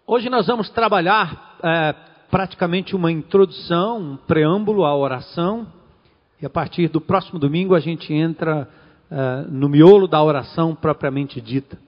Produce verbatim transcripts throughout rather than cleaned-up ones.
Hoje nós vamos trabalhar é, praticamente uma introdução, um preâmbulo à oração. E a partir do próximo domingo a gente entra é, no miolo da oração propriamente dita.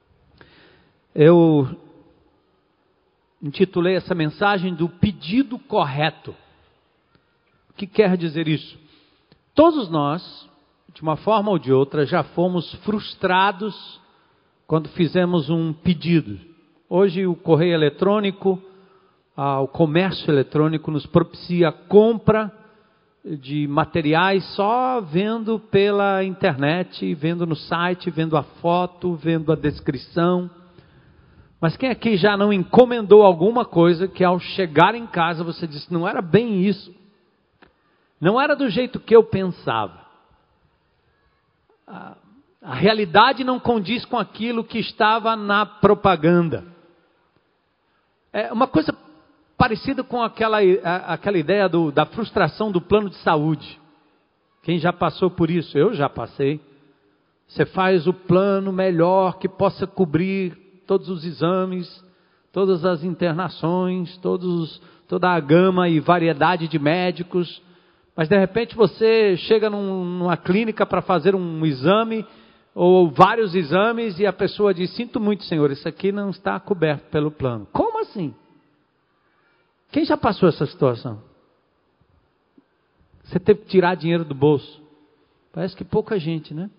Eu intitulei essa mensagem do pedido correto. O que quer dizer isso? Todos nós, de uma forma ou de outra, já fomos frustrados quando fizemos um pedido. Hoje o correio eletrônico, ah, o comércio eletrônico nos propicia a compra de materiais só vendo pela internet, vendo no site, vendo a foto, vendo a descrição. Mas quem aqui já não encomendou alguma coisa que ao chegar em casa você disse, não era bem isso. Não era do jeito que eu pensava. A, a realidade não condiz com aquilo que estava na propaganda. É uma coisa parecida com aquela, aquela ideia do, da frustração do plano de saúde. Quem já passou por isso? Eu já passei. Você faz o plano melhor que possa cobrir todos os exames, todas as internações, todos, toda a gama e variedade de médicos. Mas de repente você chega num, numa clínica para fazer um exame ou vários exames e a pessoa diz, sinto muito, senhor, isso aqui não está coberto pelo plano. Como assim? Quem já passou essa situação? Você teve que tirar dinheiro do bolso. Parece que pouca gente, né?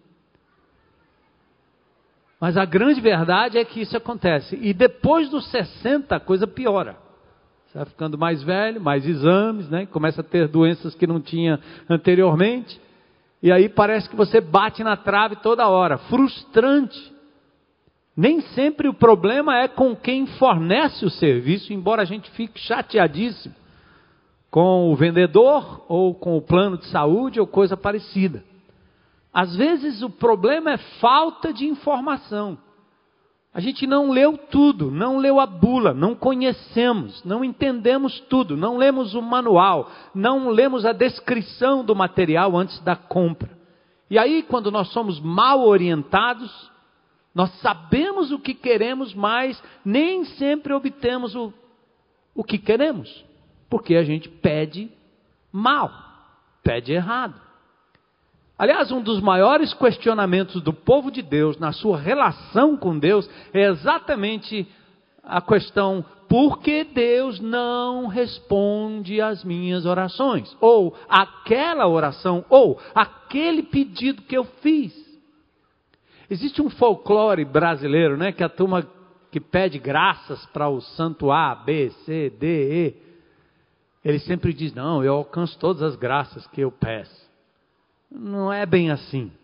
Mas a grande verdade é que isso acontece. E depois dos sessenta a coisa piora. Você vai ficando mais velho, mais exames, né? Começa a ter doenças que não tinha anteriormente. E aí parece que você bate na trave toda hora. Frustrante. Nem sempre o problema é com quem fornece o serviço, embora a gente fique chateadíssimo com o vendedor ou com o plano de saúde ou coisa parecida. Às vezes o problema é falta de informação. A gente não leu tudo, não leu a bula, não conhecemos, não entendemos tudo, não lemos o manual, não lemos a descrição do material antes da compra. E aí, quando nós somos mal orientados, nós sabemos o que queremos, mas nem sempre obtemos o, o que queremos, porque a gente pede mal, pede errado. Aliás, um dos maiores questionamentos do povo de Deus na sua relação com Deus é exatamente a questão: por que Deus não responde às minhas orações? Ou aquela oração, ou aquele pedido que eu fiz. Existe um folclore brasileiro, né, que a turma que pede graças para o santo A, B, C, D, E, ele sempre diz, não, eu alcanço todas as graças que eu peço. Não é bem assim.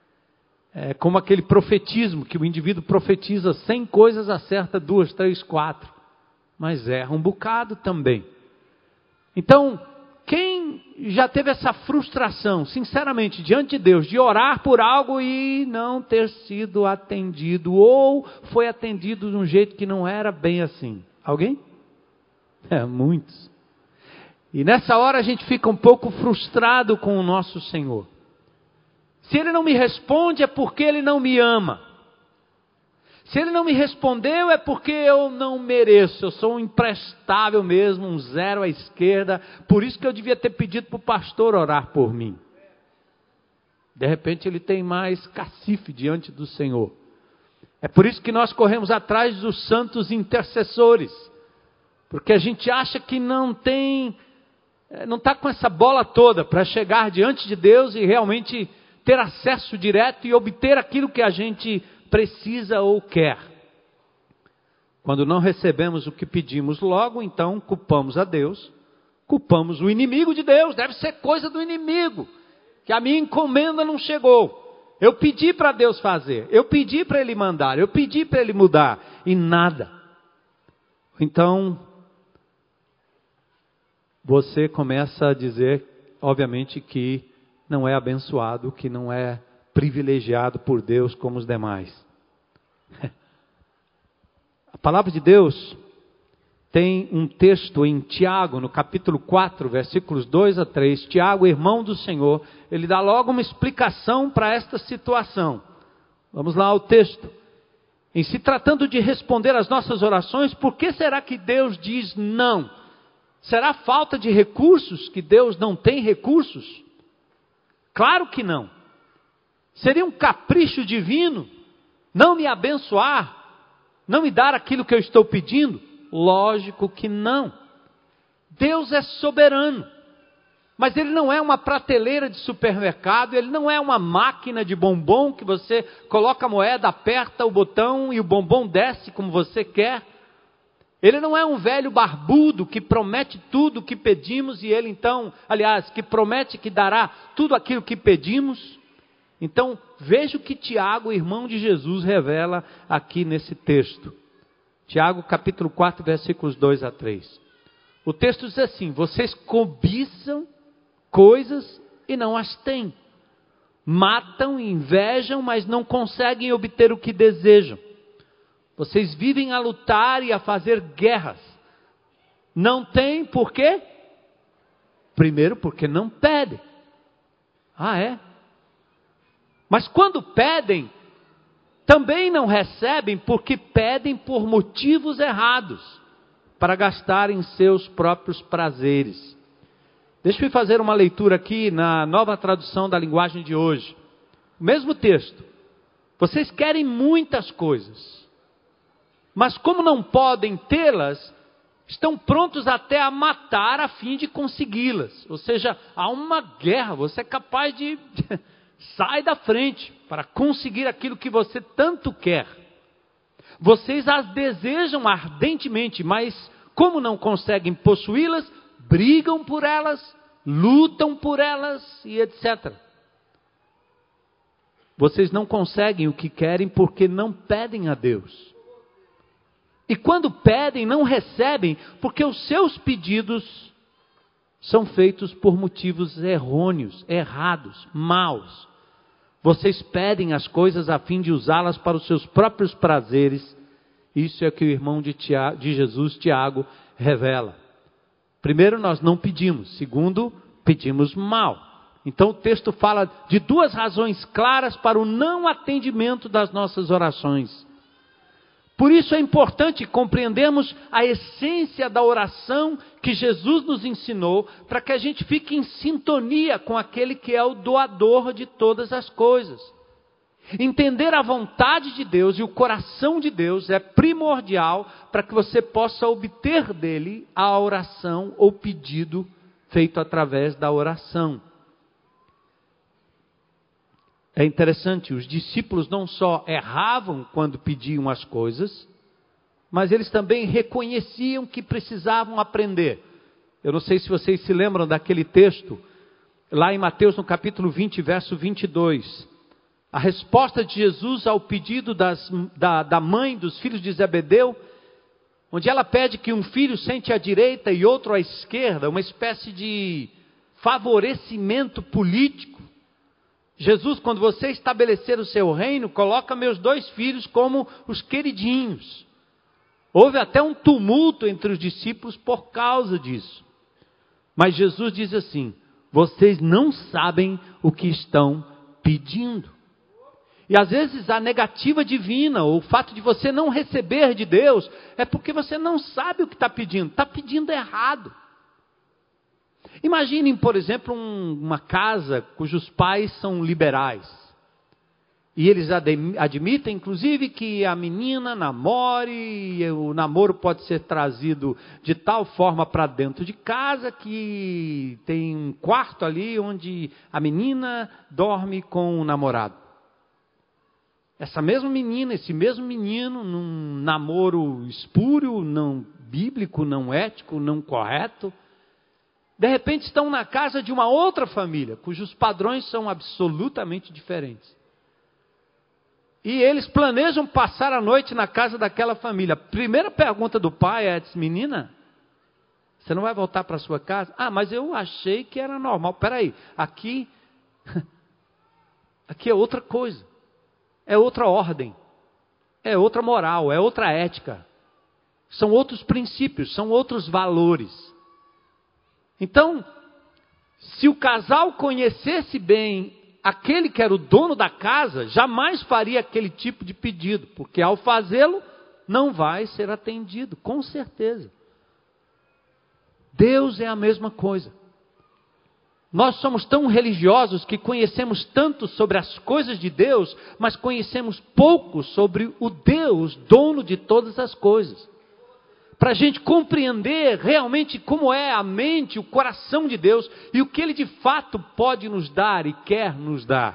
É como aquele profetismo, que o indivíduo profetiza cem coisas, acerta duas, três, quatro. Mas erra um bocado também. Então, quem já teve essa frustração, sinceramente, diante de Deus, de orar por algo e não ter sido atendido, ou foi atendido de um jeito que não era bem assim? Alguém? É, muitos. E nessa hora a gente fica um pouco frustrado com o nosso Senhor. Se Ele não me responde é porque Ele não me ama. Se Ele não me respondeu é porque eu não mereço. Eu sou um imprestável mesmo, um zero à esquerda. Por isso que eu devia ter pedido para o pastor orar por mim. De repente ele tem mais cacife diante do Senhor. É por isso que nós corremos atrás dos santos intercessores. Porque a gente acha que não tem, não está com essa bola toda para chegar diante de Deus e realmente ter acesso direto e obter aquilo que a gente precisa ou quer. Quando não recebemos o que pedimos logo, então culpamos a Deus, culpamos o inimigo de Deus, deve ser coisa do inimigo, que a minha encomenda não chegou. Eu pedi para Deus fazer, eu pedi para Ele mandar, eu pedi para Ele mudar, e nada. Então, você começa a dizer, obviamente, que não é abençoado, que não é privilegiado por Deus como os demais. A palavra de Deus tem um texto em Tiago, no capítulo quatro, versículos dois a três. Tiago, irmão do Senhor, ele dá logo uma explicação para esta situação. Vamos lá ao texto. Em se tratando de responder às nossas orações, por que será que Deus diz não? Será falta de recursos, que Deus não tem recursos? Claro que não. Seria um capricho divino não me abençoar, não me dar aquilo que eu estou pedindo? Lógico que não. Deus é soberano. Mas Ele não é uma prateleira de supermercado, Ele não é uma máquina de bombom que você coloca a moeda, aperta o botão e o bombom desce como você quer. Ele não é um velho barbudo que promete tudo o que pedimos e Ele então, aliás, que promete que dará tudo aquilo que pedimos. Então, veja o que Tiago, irmão de Jesus, revela aqui nesse texto. Tiago capítulo quatro, versículos dois a três. O texto diz assim: vocês cobiçam coisas e não as têm. Matam e invejam, mas não conseguem obter o que desejam. Vocês vivem a lutar e a fazer guerras. Não têm por quê? Primeiro, porque não pedem. Ah, é? Mas quando pedem, também não recebem porque pedem por motivos errados, para gastar em seus próprios prazeres. Deixa eu fazer uma leitura aqui na nova tradução da linguagem de hoje. O mesmo texto. Vocês querem muitas coisas, mas como não podem tê-las, estão prontos até a matar a fim de consegui-las. Ou seja, há uma guerra, você é capaz de... Sai da frente para conseguir aquilo que você tanto quer. Vocês as desejam ardentemente, mas como não conseguem possuí-las, brigam por elas, lutam por elas e etcétera. Vocês não conseguem o que querem porque não pedem a Deus. E quando pedem, não recebem porque os seus pedidos são feitos por motivos errôneos, errados, maus. Vocês pedem as coisas a fim de usá-las para os seus próprios prazeres. Isso é o que o irmão de, Tiago, de Jesus, Tiago, revela. Primeiro, nós não pedimos. Segundo, pedimos mal. Então o texto fala de duas razões claras para o não atendimento das nossas orações. Por isso é importante compreendermos a essência da oração que Jesus nos ensinou, para que a gente fique em sintonia com aquele que é o doador de todas as coisas. Entender a vontade de Deus e o coração de Deus é primordial para que você possa obter dele a oração ou pedido feito através da oração. É interessante, os discípulos não só erravam quando pediam as coisas, mas eles também reconheciam que precisavam aprender. Eu não sei se vocês se lembram daquele texto, lá em Mateus no capítulo vinte, verso vinte e dois. A resposta de Jesus ao pedido das, da, da mãe dos filhos de Zebedeu, onde ela pede que um filho sente à direita e outro à esquerda, uma espécie de favorecimento político. Jesus, quando você estabelecer o seu reino, coloca meus dois filhos como os queridinhos. Houve até um tumulto entre os discípulos por causa disso. Mas Jesus diz assim: vocês não sabem o que estão pedindo. E às vezes a negativa divina, ou o fato de você não receber de Deus, é porque você não sabe o que está pedindo. Está pedindo errado. Imaginem, por exemplo, um, uma casa cujos pais são liberais. E eles admitem, inclusive, que a menina namore, e o namoro pode ser trazido de tal forma para dentro de casa, que tem um quarto ali onde a menina dorme com o namorado. Essa mesma menina, esse mesmo menino, num namoro espúrio, não bíblico, não ético, não correto, de repente estão na casa de uma outra família, cujos padrões são absolutamente diferentes. E eles planejam passar a noite na casa daquela família. Primeira pergunta do pai é: menina, você não vai voltar para sua casa? Ah, mas eu achei que era normal. Peraí, aqui, aqui é outra coisa. É outra ordem. É outra moral, é outra ética. São outros princípios, são outros valores. Então, se o casal conhecesse bem aquele que era o dono da casa jamais faria aquele tipo de pedido, porque ao fazê-lo não vai ser atendido, com certeza. Deus é a mesma coisa. Nós somos tão religiosos que conhecemos tanto sobre as coisas de Deus, mas conhecemos pouco sobre o Deus, dono de todas as coisas. Para a gente compreender realmente como é a mente, o coração de Deus e o que Ele de fato pode nos dar e quer nos dar.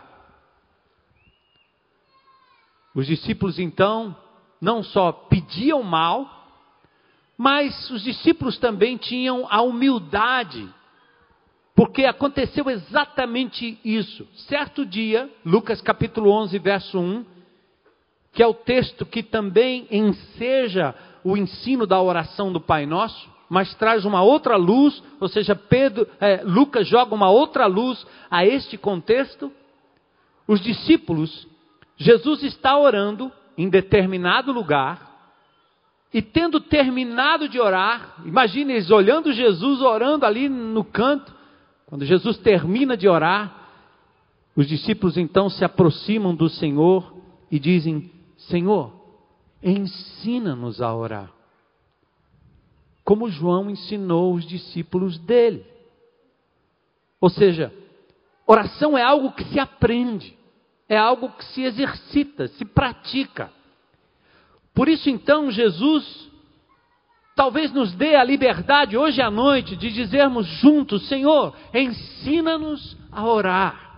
Os discípulos então não só pediam mal, mas os discípulos também tinham a humildade. Porque aconteceu exatamente isso. Certo dia, Lucas capítulo onze, verso um, que é o texto que também enseja o ensino da oração do Pai Nosso, mas traz uma outra luz, ou seja, Pedro, é, Lucas joga uma outra luz a este contexto. Os discípulos, Jesus está orando em determinado lugar, e tendo terminado de orar, imagine eles olhando Jesus orando ali no canto. Quando Jesus termina de orar, os discípulos então se aproximam do Senhor e dizem: Senhor, ensina-nos a orar, como João ensinou os discípulos dele. Ou seja, oração é algo que se aprende, é algo que se exercita, se pratica. Por isso então Jesus talvez nos dê a liberdade hoje à noite de dizermos juntos: Senhor, ensina-nos a orar.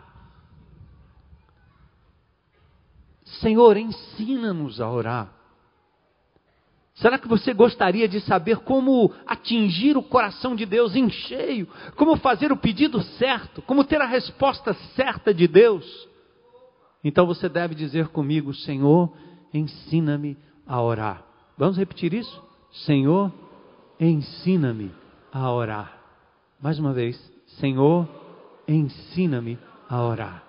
Senhor, ensina-nos a orar. Será que você gostaria de saber como atingir o coração de Deus em cheio? Como fazer o pedido certo? Como ter a resposta certa de Deus? Então você deve dizer comigo: Senhor, ensina-me a orar. Vamos repetir isso? Senhor, ensina-me a orar. Mais uma vez, Senhor, ensina-me a orar.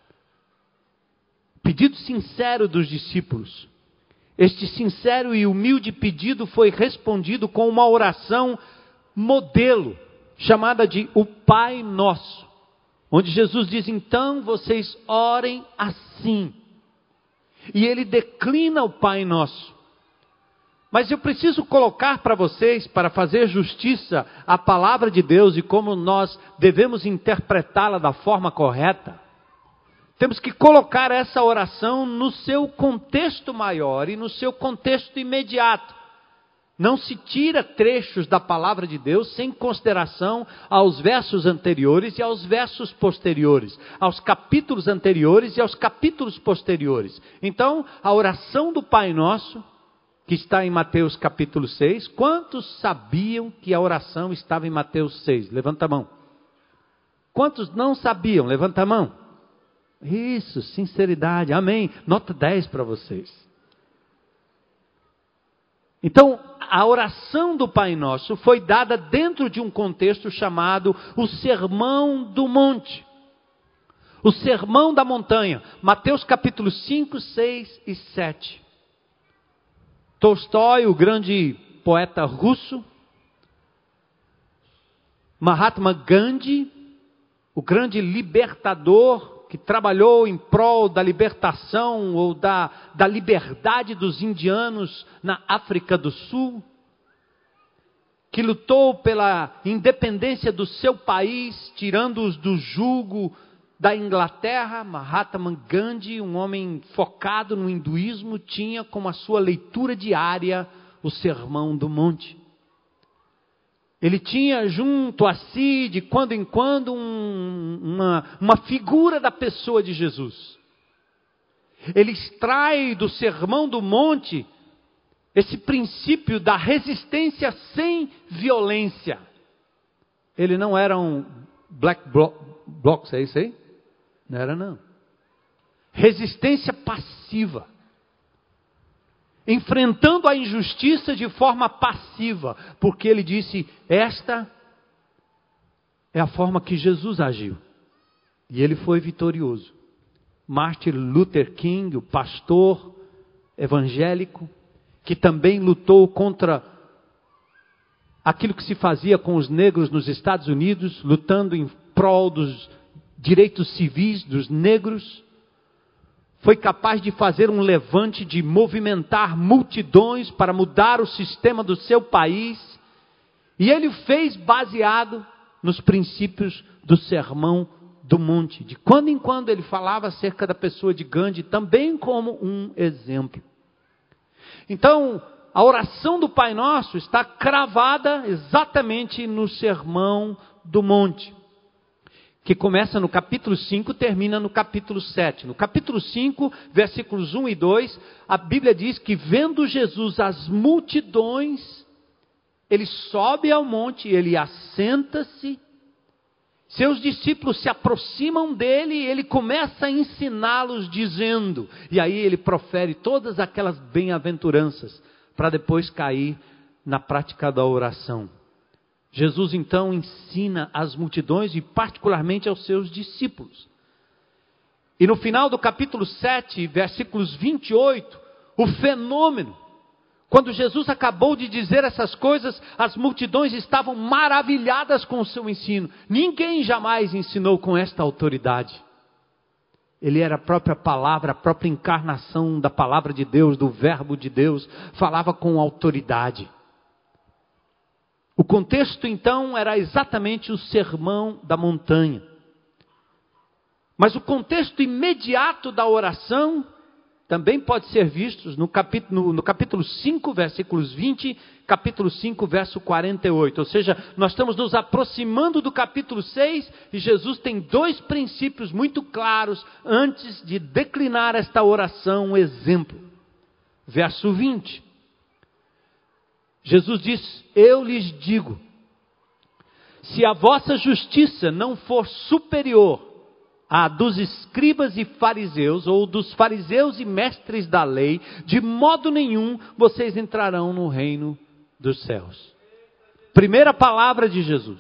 Pedido sincero dos discípulos. Este sincero e humilde pedido foi respondido com uma oração modelo, chamada de o Pai Nosso, onde Jesus diz: então vocês orem assim. E ele declina o Pai Nosso. Mas eu preciso colocar para vocês, para fazer justiça à palavra de Deus e como nós devemos interpretá-la da forma correta, temos que colocar essa oração no seu contexto maior e no seu contexto imediato. Não se tira trechos da palavra de Deus sem consideração aos versos anteriores e aos versos posteriores, aos capítulos anteriores e aos capítulos posteriores. Então, a oração do Pai Nosso, que está em Mateus capítulo seis. Quantos sabiam que a oração estava em Mateus seis? Levanta a mão. Quantos não sabiam? Levanta a mão. Isso, sinceridade, amém. Nota dez para vocês. Então, a oração do Pai Nosso foi dada dentro de um contexto chamado o Sermão do Monte. O Sermão da Montanha. Mateus capítulo cinco, seis e sete. Tolstói, o grande poeta russo, Mahatma Gandhi, o grande libertador que trabalhou em prol da libertação ou da, da liberdade dos indianos na África do Sul, que lutou pela independência do seu país, tirando-os do jugo da Inglaterra. Mahatma Gandhi, um homem focado no hinduísmo, tinha como a sua leitura diária o Sermão do Monte. Ele tinha junto a si, de quando em quando, um, uma, uma figura da pessoa de Jesus. Ele extrai do Sermão do Monte esse princípio da resistência sem violência. Ele não era um black bloc, é isso aí? Não era não. Resistência passiva. Enfrentando a injustiça de forma passiva. Porque ele disse, esta é a forma que Jesus agiu. E ele foi vitorioso. Martin Luther King, o pastor evangélico, que também lutou contra aquilo que se fazia com os negros nos Estados Unidos, lutando em prol dos direitos civis dos negros, foi capaz de fazer um levante, de movimentar multidões para mudar o sistema do seu país, e ele o fez baseado nos princípios do Sermão do Monte. De quando em quando ele falava acerca da pessoa de Gandhi, também como um exemplo. Então, a oração do Pai Nosso está cravada exatamente no Sermão do Monte, que começa no capítulo cinco, termina no capítulo sete. No capítulo cinco, versículos um e dois, a Bíblia diz que vendo Jesus as multidões, ele sobe ao monte, ele assenta-se, seus discípulos se aproximam dele e ele começa a ensiná-los dizendo, e aí ele profere todas aquelas bem-aventuranças, para depois cair na prática da oração. Jesus então ensina às multidões e particularmente aos seus discípulos. E no final do capítulo sete, versículos vinte e oito, o fenômeno, quando Jesus acabou de dizer essas coisas, as multidões estavam maravilhadas com o seu ensino. Ninguém jamais ensinou com esta autoridade. Ele era a própria palavra, a própria encarnação da palavra de Deus, do verbo de Deus, falava com autoridade. O contexto então era exatamente o sermão da montanha. Mas o contexto imediato da oração também pode ser visto no capítulo, no capítulo cinco, versículos vinte, capítulo cinco, verso quarenta e oito. Ou seja, nós estamos nos aproximando do capítulo seis e Jesus tem dois princípios muito claros antes de declinar esta oração, um exemplo. Verso vinte. Jesus diz, eu lhes digo, se a vossa justiça não for superior à dos escribas e fariseus, ou dos fariseus e mestres da lei, de modo nenhum vocês entrarão no reino dos céus. Primeira palavra de Jesus.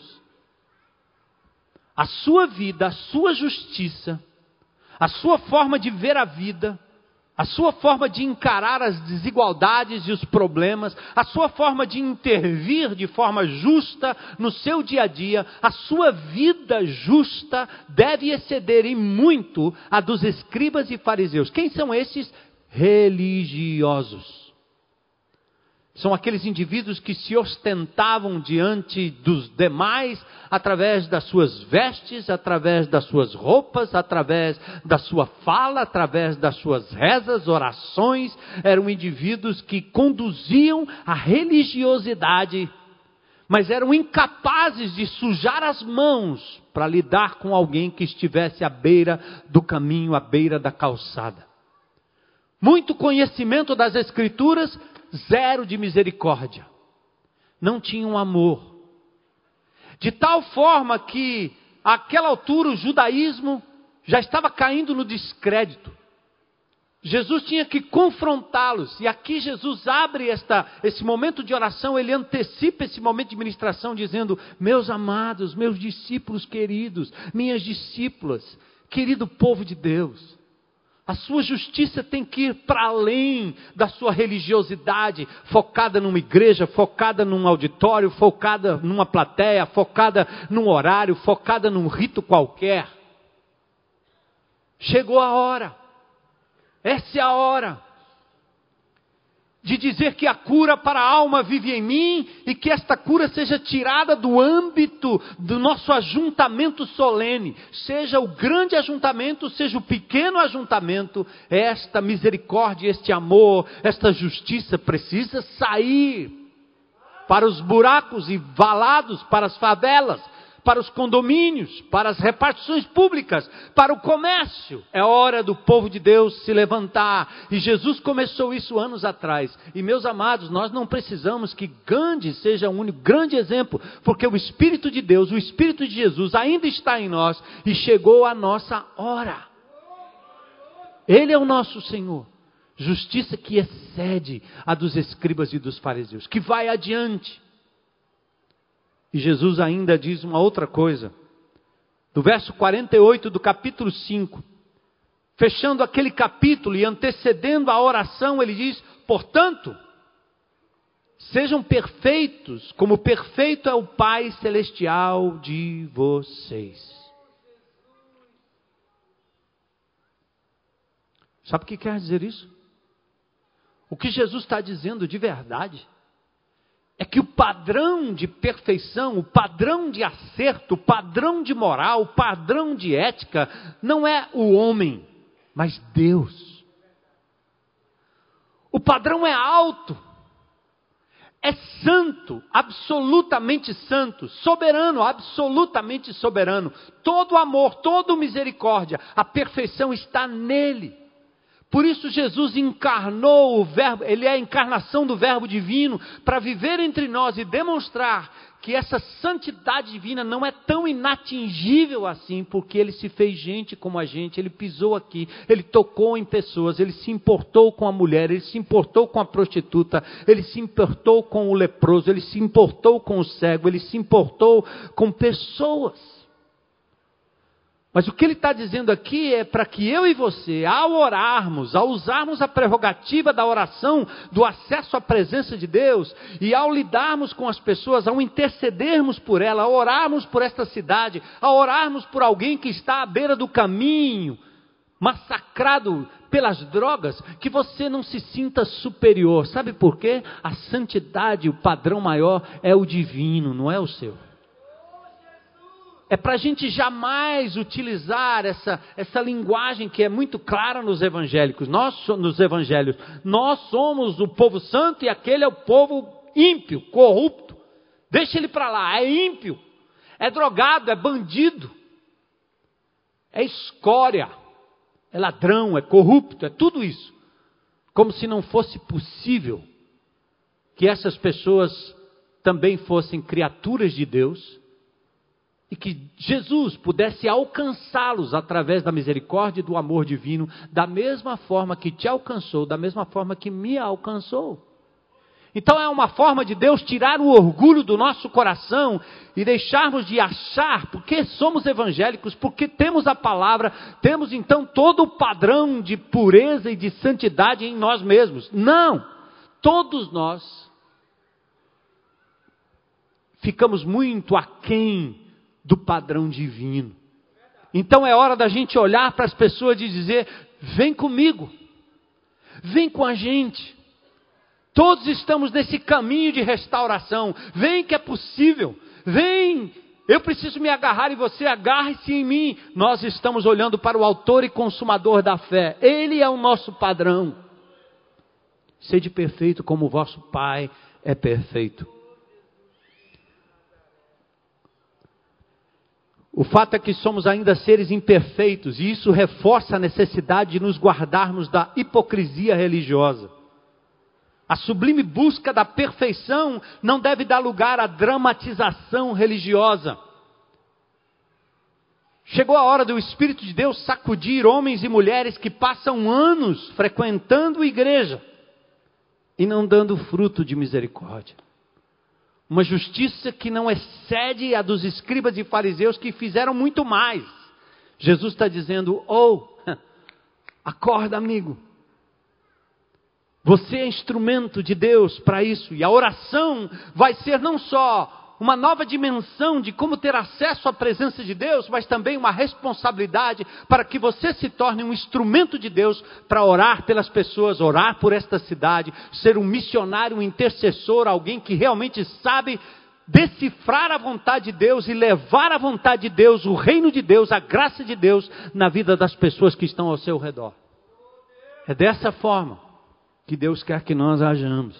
A sua vida, a sua justiça, a sua forma de ver a vida, a sua forma de encarar as desigualdades e os problemas, a sua forma de intervir de forma justa no seu dia a dia, a sua vida justa deve exceder em muito a dos escribas e fariseus. Quem são esses? Religiosos. São aqueles indivíduos que se ostentavam diante dos demais através das suas vestes, através das suas roupas, através da sua fala, através das suas rezas, orações. Eram indivíduos que conduziam a religiosidade, mas eram incapazes de sujar as mãos para lidar com alguém que estivesse à beira do caminho, à beira da calçada. Muito conhecimento das Escrituras, zero de misericórdia. Não tinham amor. De tal forma que, àquela altura, o judaísmo já estava caindo no descrédito. Jesus tinha que confrontá-los. E aqui Jesus abre esta, esse momento de oração, ele antecipa esse momento de ministração, dizendo, meus amados, meus discípulos queridos, minhas discípulas, querido povo de Deus, a sua justiça tem que ir para além da sua religiosidade, focada numa igreja, focada num auditório, focada numa plateia, focada num horário, focada num rito qualquer. Chegou a hora, essa é a hora, de dizer que a cura para a alma vive em mim e que esta cura seja tirada do âmbito do nosso ajuntamento solene. Seja o grande ajuntamento, seja o pequeno ajuntamento, esta misericórdia, este amor, esta justiça precisa sair para os buracos e valados, para as favelas, para os condomínios, para as repartições públicas, para o comércio. É hora do povo de Deus se levantar. E Jesus começou isso anos atrás. E meus amados, nós não precisamos que Gandhi seja um único grande exemplo, porque o Espírito de Deus, o Espírito de Jesus ainda está em nós e chegou a nossa hora. Ele é o nosso Senhor. Justiça que excede a dos escribas e dos fariseus, que vai adiante. E Jesus ainda diz uma outra coisa. Do verso quarenta e oito do capítulo cinco. Fechando aquele capítulo e antecedendo a oração, ele diz, portanto, sejam perfeitos, como perfeito é o Pai Celestial de vocês. Sabe o que quer dizer isso? O que Jesus está dizendo de verdade é que o padrão de perfeição, o padrão de acerto, o padrão de moral, o padrão de ética, não é o homem, mas Deus. O padrão é alto, é santo, absolutamente santo, soberano, absolutamente soberano. Todo amor, toda misericórdia, a perfeição está nele. Por isso Jesus encarnou o verbo, ele é a encarnação do verbo divino para viver entre nós e demonstrar que essa santidade divina não é tão inatingível assim, porque ele se fez gente como a gente, ele pisou aqui, ele tocou em pessoas, ele se importou com a mulher, ele se importou com a prostituta, ele se importou com o leproso, ele se importou com o cego, ele se importou com pessoas. Mas o que ele está dizendo aqui é para que eu e você, ao orarmos, ao usarmos a prerrogativa da oração, do acesso à presença de Deus, e ao lidarmos com as pessoas, ao intercedermos por ela, ao orarmos por esta cidade, ao orarmos por alguém que está à beira do caminho, massacrado pelas drogas, que você não se sinta superior. Sabe por quê? A santidade, o padrão maior é o divino, não é o seu. É para a gente jamais utilizar essa, essa linguagem que é muito clara nos evangélicos, nós, nos evangelhos. Nós somos o povo santo e aquele é o povo ímpio, corrupto. Deixa ele para lá, é ímpio, é drogado, é bandido, é escória, é ladrão, é corrupto, é tudo isso. Como se não fosse possível que essas pessoas também fossem criaturas de Deus, e que Jesus pudesse alcançá-los através da misericórdia e do amor divino, da mesma forma que te alcançou, da mesma forma que me alcançou. Então é uma forma de Deus tirar o orgulho do nosso coração e deixarmos de achar, porque somos evangélicos, porque temos a palavra, temos então todo o padrão de pureza e de santidade em nós mesmos. Não! Todos nós ficamos muito aquém do padrão divino. Então é hora da gente olhar para as pessoas e dizer: vem comigo, vem com a gente, todos estamos nesse caminho de restauração, vem que é possível, vem, eu preciso me agarrar e você agarre-se em mim. Nós estamos olhando para o autor e consumador da fé, ele é o nosso padrão. Sede perfeito como o vosso Pai é perfeito. O fato é que somos ainda seres imperfeitos, e isso reforça a necessidade de nos guardarmos da hipocrisia religiosa. A sublime busca da perfeição não deve dar lugar à dramatização religiosa. Chegou a hora do Espírito de Deus sacudir homens e mulheres que passam anos frequentando a igreja e não dando fruto de misericórdia. Uma justiça que não excede a dos escribas e fariseus que fizeram muito mais. Jesus está dizendo: oh, acorda, amigo. Você é instrumento de Deus para isso. E a oração vai ser não só uma nova dimensão de como ter acesso à presença de Deus, mas também uma responsabilidade para que você se torne um instrumento de Deus para orar pelas pessoas, orar por esta cidade, ser um missionário, um intercessor, alguém que realmente sabe decifrar a vontade de Deus e levar a vontade de Deus, o reino de Deus, a graça de Deus na vida das pessoas que estão ao seu redor. É dessa forma que Deus quer que nós hajamos.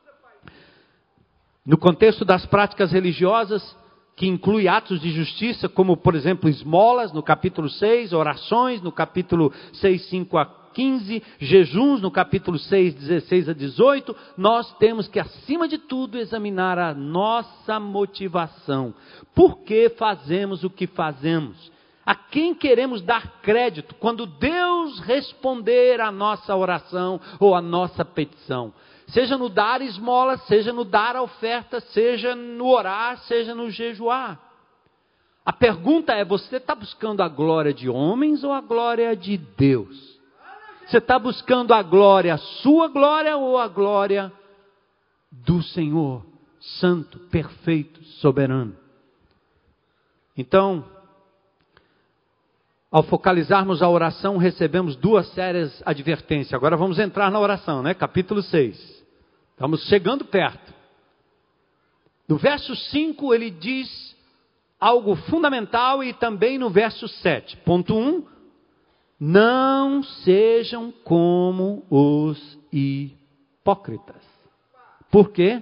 No contexto das práticas religiosas, que inclui atos de justiça, como por exemplo esmolas, no capítulo seis, orações, no capítulo seis, cinco a quinze, jejuns, no capítulo seis, dezesseis a dezoito, nós temos que, acima de tudo, examinar a nossa motivação. Por que fazemos o que fazemos? A quem queremos dar crédito quando Deus responder a nossa oração ou a nossa petição? Seja no dar esmola, seja no dar a oferta, seja no orar, seja no jejuar. A pergunta é: você está buscando a glória de homens ou a glória de Deus? Você está buscando a glória, a sua glória ou a glória do Senhor, santo, perfeito, soberano? Então, ao focalizarmos a oração, recebemos duas sérias advertências. Agora vamos entrar na oração, né? Capítulo seis. Estamos chegando perto. No verso cinco ele diz algo fundamental e também no verso sete. Ponto um. Não sejam como os hipócritas. Por quê?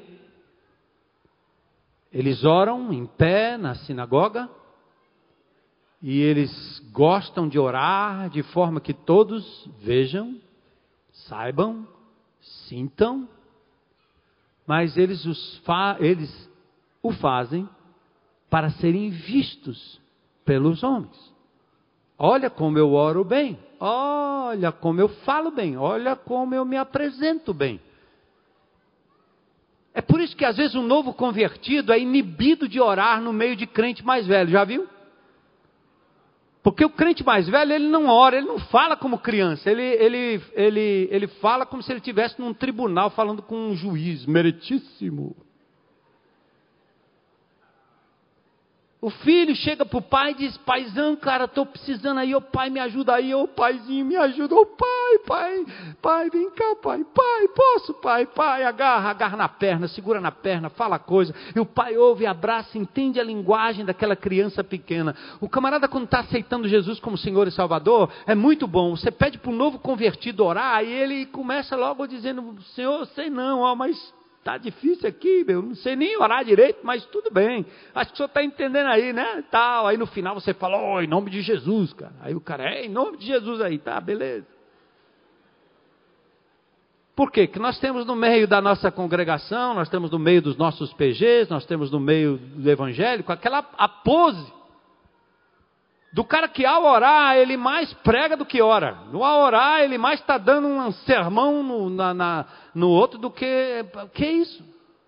Eles oram em pé na sinagoga e eles gostam de orar de forma que todos vejam, saibam, sintam, mas eles, os fa- eles o fazem para serem vistos pelos homens. Olha como eu oro bem, olha como eu falo bem, olha como eu me apresento bem. É por isso que às vezes um novo convertido é inibido de orar no meio de crente mais velho, já viu? Porque o crente mais velho, ele não ora, ele não fala como criança, ele, ele, ele, ele fala como se ele estivesse num tribunal falando com um juiz meritíssimo. O filho chega para o pai e diz, paizão, cara, estou precisando aí, ô pai, me ajuda aí, ô paizinho, me ajuda, ô pai, pai, pai, vem cá, pai, pai, posso, pai, pai, agarra, agarra na perna, segura na perna, fala coisa, e o pai ouve, abraça, entende a linguagem daquela criança pequena. O camarada quando está aceitando Jesus como Senhor e Salvador, é muito bom, você pede para um novo convertido orar, e ele começa logo dizendo, Senhor, eu sei não, ó, mas... Está difícil aqui, meu, não sei nem orar direito, mas tudo bem. Acho que o senhor está entendendo aí, né? Tal. Aí no final você fala, oh, em nome de Jesus, cara. Aí o cara, é, em nome de Jesus aí, tá, beleza. Por quê? Que nós temos no meio da nossa congregação, nós temos no meio dos nossos P Gs, nós temos no meio do evangélico, aquela a pose do cara que ao orar, ele mais prega do que ora. No ao orar, ele mais está dando um sermão no, na, na, no outro do que... Que é isso?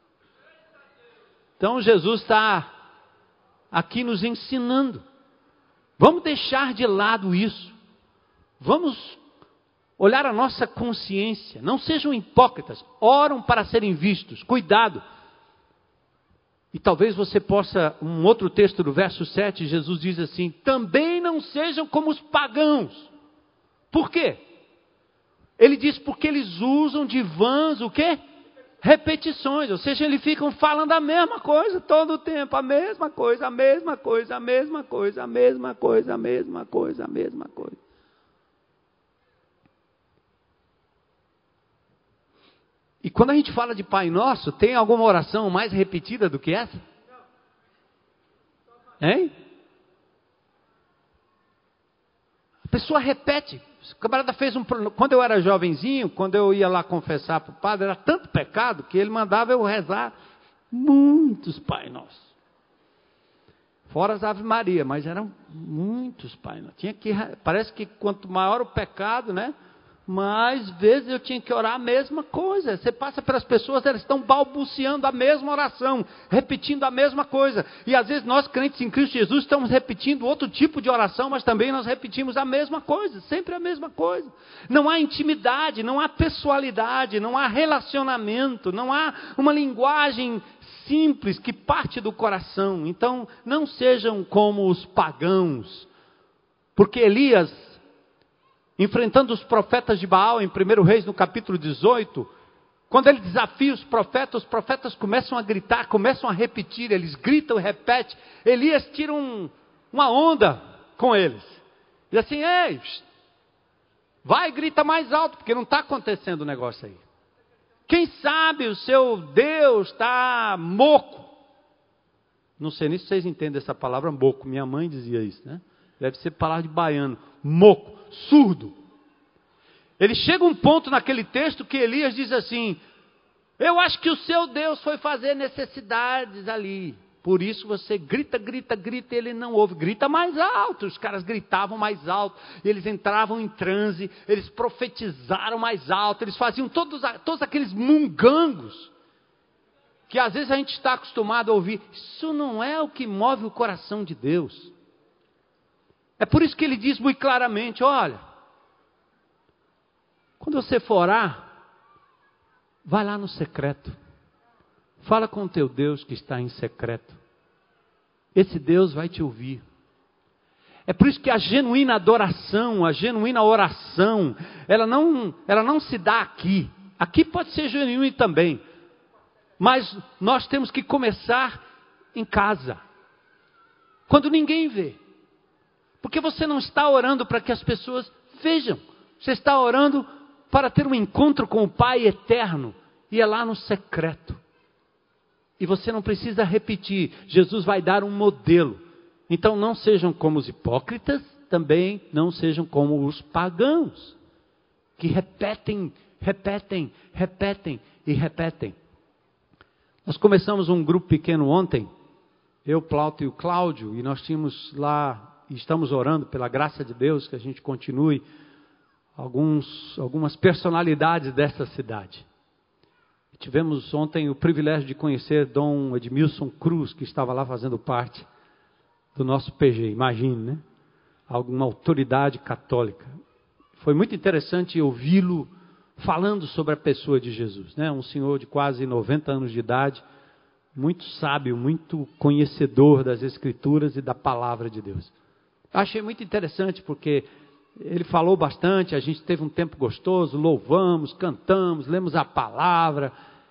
Então Jesus está aqui nos ensinando. Vamos deixar de lado isso. Vamos olhar a nossa consciência. Não sejam hipócritas. Oram para serem vistos. Cuidado. E talvez você possa, um outro texto do verso sete, Jesus diz assim, também não sejam como os pagãos. Por quê? Ele diz porque eles usam de vãs o quê? Repetições, ou seja, eles ficam falando a mesma coisa todo o tempo, a mesma coisa, a mesma coisa, a mesma coisa, a mesma coisa, a mesma coisa, a mesma coisa. E quando a gente fala de Pai Nosso, tem alguma oração mais repetida do que essa? Hein? A pessoa repete. O camarada fez um... Quando eu era jovenzinho, quando eu ia lá confessar para o padre, era tanto pecado que ele mandava eu rezar muitos Pai Nosso. Fora as Ave Maria, mas eram muitos Pai Nosso. Tinha que... Parece que quanto maior o pecado, né? Mas vezes eu tinha que orar a mesma coisa. Você passa pelas pessoas, elas estão balbuciando a mesma oração, repetindo a mesma coisa. E às vezes nós, crentes em Cristo Jesus, estamos repetindo outro tipo de oração, mas também nós repetimos a mesma coisa, sempre a mesma coisa. Não há intimidade, não há pessoalidade, não há relacionamento, não há uma linguagem simples que parte do coração. Então, não sejam como os pagãos, porque Elias, enfrentando os profetas de Baal, em primeiro Reis, no capítulo dezoito, quando ele desafia os profetas, os profetas começam a gritar, começam a repetir, eles gritam e repetem. Elias tira um, uma onda com eles. Diz assim, ei, vai e grita mais alto, porque não está acontecendo o negócio aí. Quem sabe o seu Deus está moco. Não sei nem se vocês entendem essa palavra moco, minha mãe dizia isso, né? Deve ser palavra de baiano, moco. Surdo. Ele chega a um ponto naquele texto que Elias diz assim, eu acho que o seu Deus foi fazer necessidades ali, por isso você grita, grita, grita e ele não ouve, grita mais alto. Os caras gritavam mais alto, eles entravam em transe, eles profetizaram mais alto, eles faziam todos, todos aqueles mungangos que às vezes a gente está acostumado a ouvir. Isso não é o que move o coração de Deus. É por isso que ele diz muito claramente, olha, quando você for orar, vai lá no secreto. Fala com o teu Deus que está em secreto. Esse Deus vai te ouvir. É por isso que a genuína adoração, a genuína oração, ela não, ela não se dá aqui. Aqui pode ser genuíno também. Mas nós temos que começar em casa. Quando ninguém vê. Porque você não está orando para que as pessoas vejam. Você está orando para ter um encontro com o Pai eterno. E é lá no secreto. E você não precisa repetir. Jesus vai dar um modelo. Então não sejam como os hipócritas, também não sejam como os pagãos. Que repetem, repetem, repetem e repetem. Nós começamos um grupo pequeno ontem. Eu, Plauto e o Cláudio. E nós tínhamos lá, e estamos orando pela graça de Deus, que a gente continue alguns, algumas personalidades dessa cidade. Tivemos ontem o privilégio de conhecer Dom Edmilson Cruz, que estava lá fazendo parte do nosso P G, imagine, né? Alguma autoridade católica. Foi muito interessante ouvi-lo falando sobre a pessoa de Jesus, né? Um senhor de quase noventa anos de idade, muito sábio, muito conhecedor das Escrituras e da Palavra de Deus. Achei muito interessante porque ele falou bastante, a gente teve um tempo gostoso, louvamos, cantamos, lemos a palavra.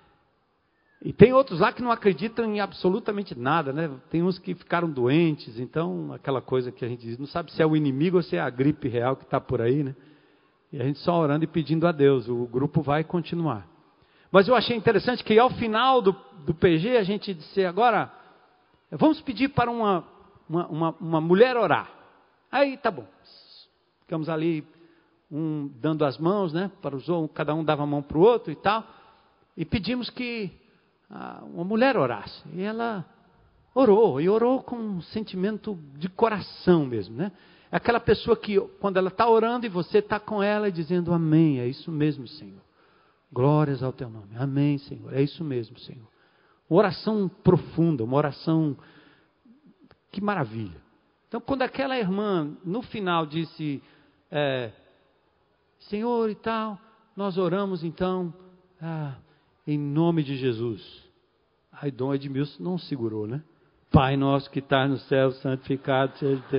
E tem outros lá que não acreditam em absolutamente nada, né? Tem uns que ficaram doentes, então aquela coisa que a gente diz, não sabe se é o inimigo ou se é a gripe real que está por aí, né? E a gente só orando e pedindo a Deus, o grupo vai continuar. Mas eu achei interessante que ao final do, do P G a gente disse, agora vamos pedir para uma, uma, uma, uma mulher orar. Aí tá bom. Ficamos ali, um dando as mãos, né? Para os outros, cada um dava a mão para o outro e tal. E pedimos que ah, uma mulher orasse. E ela orou, e orou com um sentimento de coração mesmo, né? É aquela pessoa que, quando ela está orando e você está com ela e dizendo amém, é isso mesmo, Senhor. Glórias ao teu nome. Amém, Senhor. É isso mesmo, Senhor. Uma oração profunda, uma oração, que maravilha. Então, quando aquela irmã, no final, disse, é, Senhor e tal, nós oramos então, ah, em nome de Jesus. Aí Dom Edmilson não segurou, né? Pai nosso que está no céu, santificado seja o teu.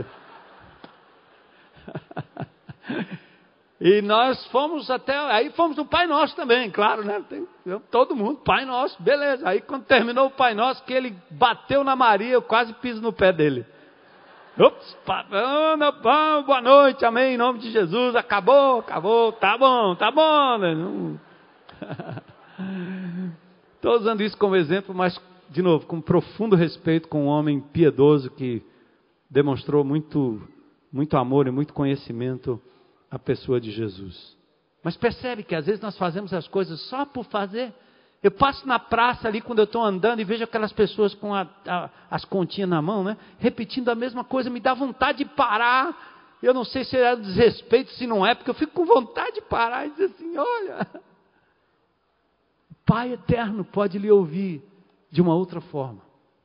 E nós fomos até, aí fomos no Pai Nosso também, claro, né? Tem, todo mundo, Pai Nosso, beleza. Aí quando terminou o Pai Nosso, que ele bateu na Maria, eu quase piso no pé dele. Ops, meu pão, boa noite, amém, em nome de Jesus, acabou, acabou, tá bom, tá bom. Né? Estou usando isso como exemplo, mas, de novo, com profundo respeito com um homem piedoso que demonstrou muito, muito amor e muito conhecimento à pessoa de Jesus. Mas percebe que às vezes nós fazemos as coisas só por fazer. Eu passo na praça ali quando eu estou andando e vejo aquelas pessoas com a, a, as continhas na mão, né? Repetindo a mesma coisa, me dá vontade de parar. Eu não sei se é desrespeito, se não é, porque eu fico com vontade de parar e dizer assim, olha, o Pai eterno pode lhe ouvir de uma outra forma.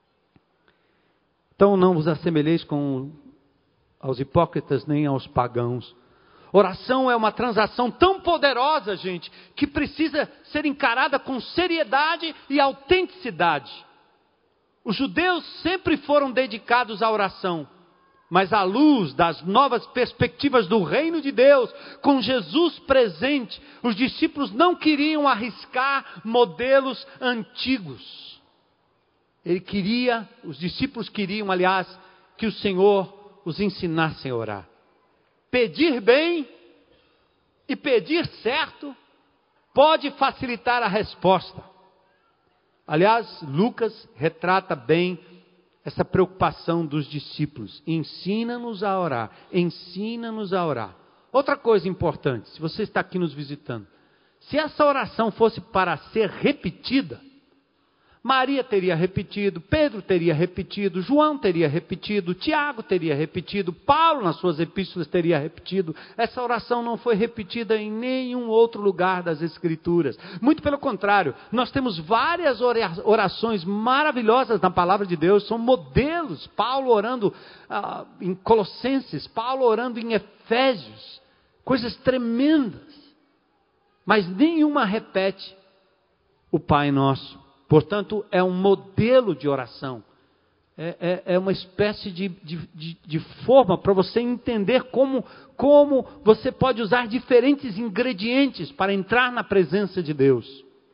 Então não vos assemelheis com aos hipócritas nem aos pagãos. Oração é uma transação tão poderosa, gente, que precisa ser encarada com seriedade e autenticidade. Os judeus sempre foram dedicados à oração, mas à luz das novas perspectivas do reino de Deus, com Jesus presente, os discípulos não queriam arriscar modelos antigos. Ele queria, os discípulos queriam, aliás, que o Senhor os ensinasse a orar. Pedir bem e pedir certo pode facilitar a resposta. Aliás, Lucas retrata bem essa preocupação dos discípulos. Ensina-nos a orar, ensina-nos a orar. Outra coisa importante, se você está aqui nos visitando, se essa oração fosse para ser repetida, Maria teria repetido, Pedro teria repetido, João teria repetido, Tiago teria repetido, Paulo nas suas epístolas teria repetido. Essa oração não foi repetida em nenhum outro lugar das Escrituras. Muito pelo contrário, nós temos várias orações maravilhosas na palavra de Deus, são modelos. Paulo orando ah, em Colossenses, Paulo orando em Efésios, coisas tremendas. Mas nenhuma repete o Pai Nosso. Portanto, é um modelo de oração é, é, é uma espécie de, de, de, de forma para você entender como, como você pode usar diferentes ingredientes para entrar na presença de Deus.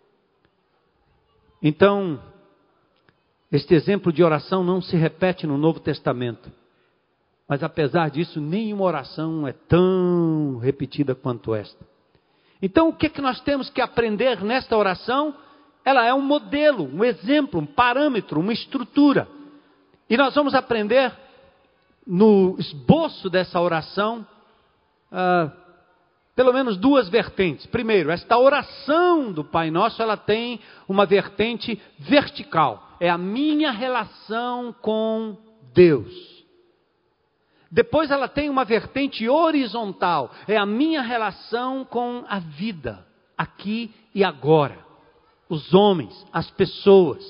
Então, este exemplo de oração não se repete no Novo Testamento. Mas apesar disso, nenhuma oração é tão repetida quanto esta. Então, o que, que nós temos que aprender nesta oração? Ela é um modelo, um exemplo, um parâmetro, uma estrutura. E nós vamos aprender no esboço dessa oração, ah, pelo menos duas vertentes. Primeiro, esta oração do Pai Nosso, ela tem uma vertente vertical. É a minha relação com Deus. Depois ela tem uma vertente horizontal. É a minha relação com a vida, aqui e agora. Os homens, as pessoas.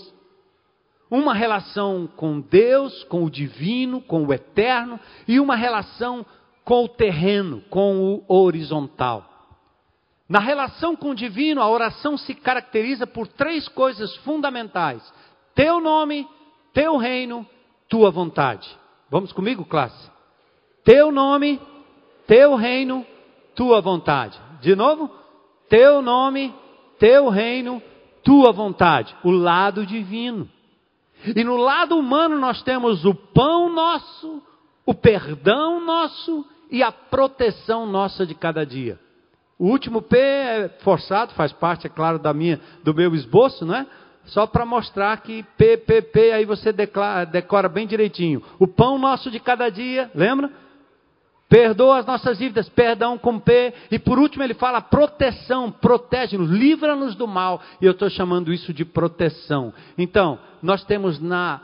Uma relação com Deus, com o divino, com o eterno. E uma relação com o terreno, com o horizontal. Na relação com o divino, a oração se caracteriza por três coisas fundamentais. Teu nome, teu reino, tua vontade. Vamos comigo, classe? Teu nome, teu reino, tua vontade. De novo? Teu nome, teu reino, tua vontade. O lado divino. E no lado humano nós temos o pão nosso, o perdão nosso e a proteção nossa de cada dia. O último P é forçado, faz parte, é claro, da minha, do meu esboço, não é? Só para mostrar que P, P, P, aí você declara, decora bem direitinho. O pão nosso de cada dia, lembra? Perdoa as nossas dívidas, perdão com P. E por último ele fala proteção, protege-nos, livra-nos do mal. E eu estou chamando isso de proteção. Então, nós temos na,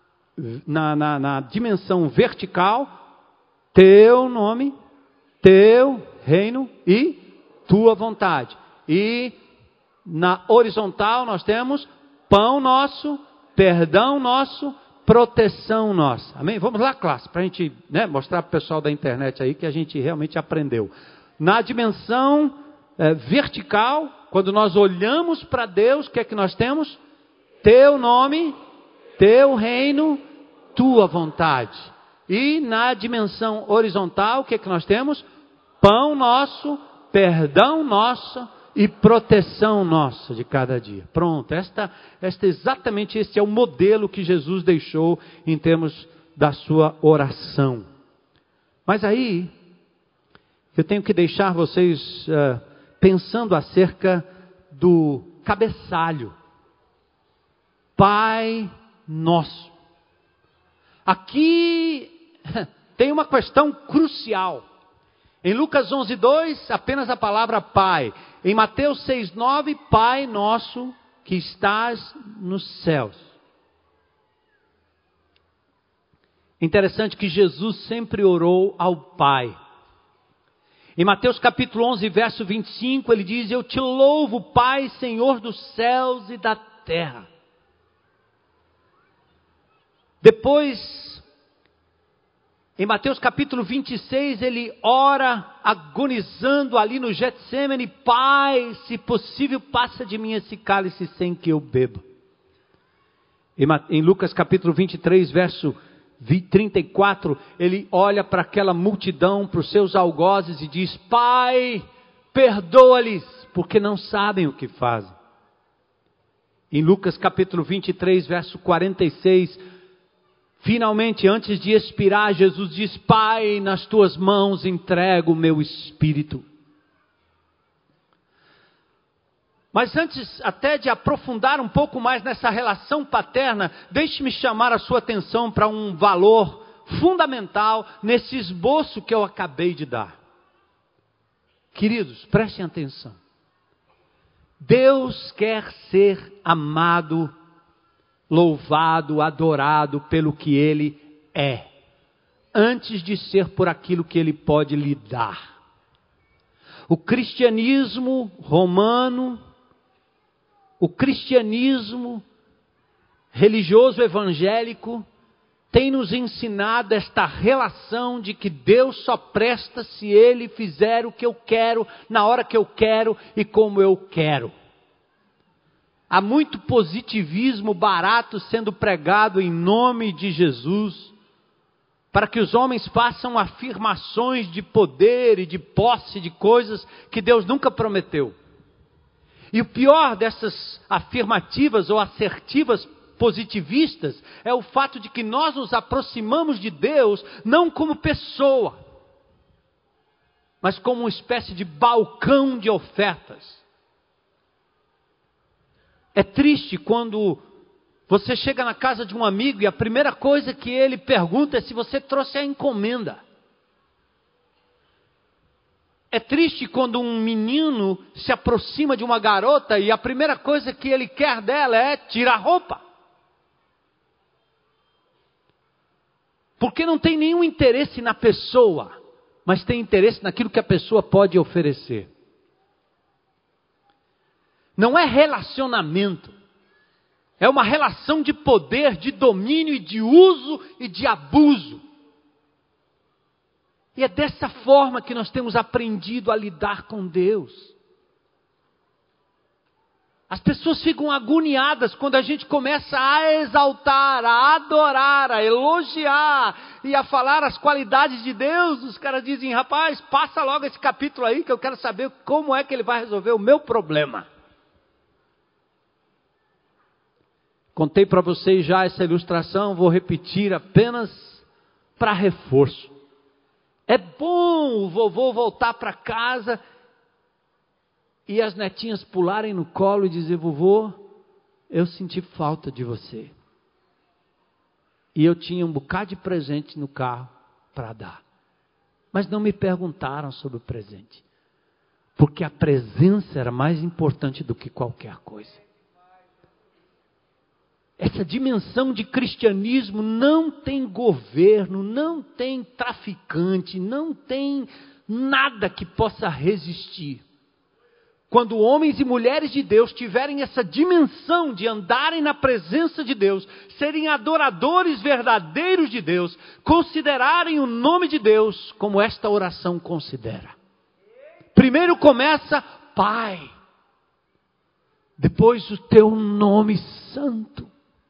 na, na, na dimensão vertical, teu nome, teu reino e tua vontade. E na horizontal nós temos pão nosso, perdão nosso, proteção nossa. Amém? Vamos lá, classe, para a gente, né, mostrar para o pessoal da internet aí que a gente realmente aprendeu. Na dimensão é, vertical, quando nós olhamos para Deus, o que é que nós temos? Teu nome, teu reino, tua vontade. E na dimensão horizontal, o que é que nós temos? Pão nosso, perdão nosso e proteção nossa de cada dia. Pronto, esta, esta exatamente este é o modelo que Jesus deixou em termos da sua oração. Mas aí, eu tenho que deixar vocês uh, pensando acerca do cabeçalho. Pai Nosso. Aqui tem uma questão crucial. Em Lucas onze, dois, apenas a palavra Pai. Em Mateus seis, nove, Pai Nosso que estás nos céus. Interessante que Jesus sempre orou ao Pai. Em Mateus capítulo onze, verso vinte e cinco, ele diz: eu te louvo, Pai, Senhor dos céus e da terra. Depois, em Mateus capítulo vinte e seis, ele ora agonizando ali no Getsêmani: Pai, se possível, passa de mim esse cálice sem que eu beba. Em Lucas capítulo vinte e três, verso trinta e quatro, ele olha para aquela multidão, para os seus algozes e diz: Pai, perdoa-lhes, porque não sabem o que fazem. Em Lucas capítulo vinte e três, verso quarenta e seis, finalmente, antes de expirar, Jesus diz: Pai, nas tuas mãos entrego o meu espírito. Mas antes até de aprofundar um pouco mais nessa relação paterna, deixe-me chamar a sua atenção para um valor fundamental nesse esboço que eu acabei de dar. Queridos, prestem atenção. Deus quer ser amado, louvado, adorado pelo que Ele é, antes de ser por aquilo que Ele pode lhe dar. O cristianismo romano, o cristianismo religioso evangélico, tem nos ensinado esta relação de que Deus só presta se Ele fizer o que eu quero, na hora que eu quero e como eu quero. Há muito positivismo barato sendo pregado em nome de Jesus, para que os homens façam afirmações de poder e de posse de coisas que Deus nunca prometeu. E o pior dessas afirmativas ou assertivas positivistas é o fato de que nós nos aproximamos de Deus não como pessoa, mas como uma espécie de balcão de ofertas. É triste quando você chega na casa de um amigo e a primeira coisa que ele pergunta é se você trouxe a encomenda. É triste quando um menino se aproxima de uma garota e a primeira coisa que ele quer dela é tirar roupa. Porque não tem nenhum interesse na pessoa, mas tem interesse naquilo que a pessoa pode oferecer. Não é relacionamento. É uma relação de poder, de domínio e de uso e de abuso. E é dessa forma que nós temos aprendido a lidar com Deus. As pessoas ficam agoniadas quando a gente começa a exaltar, a adorar, a elogiar e a falar as qualidades de Deus. Os caras dizem, rapaz, passa logo esse capítulo aí que eu quero saber como é que ele vai resolver o meu problema. Contei para vocês já essa ilustração, vou repetir apenas para reforço. É bom o vovô voltar para casa e as netinhas pularem no colo e dizer, vovô, eu senti falta de você. E eu tinha um bocado de presente no carro para dar. Mas não me perguntaram sobre o presente. Porque a presença era mais importante do que qualquer coisa. Essa dimensão de cristianismo não tem governo, não tem traficante, não tem nada que possa resistir. Quando homens e mulheres de Deus tiverem essa dimensão de andarem na presença de Deus, serem adoradores verdadeiros de Deus, considerarem o nome de Deus como esta oração considera. Primeiro começa, Pai, depois o teu nome santo.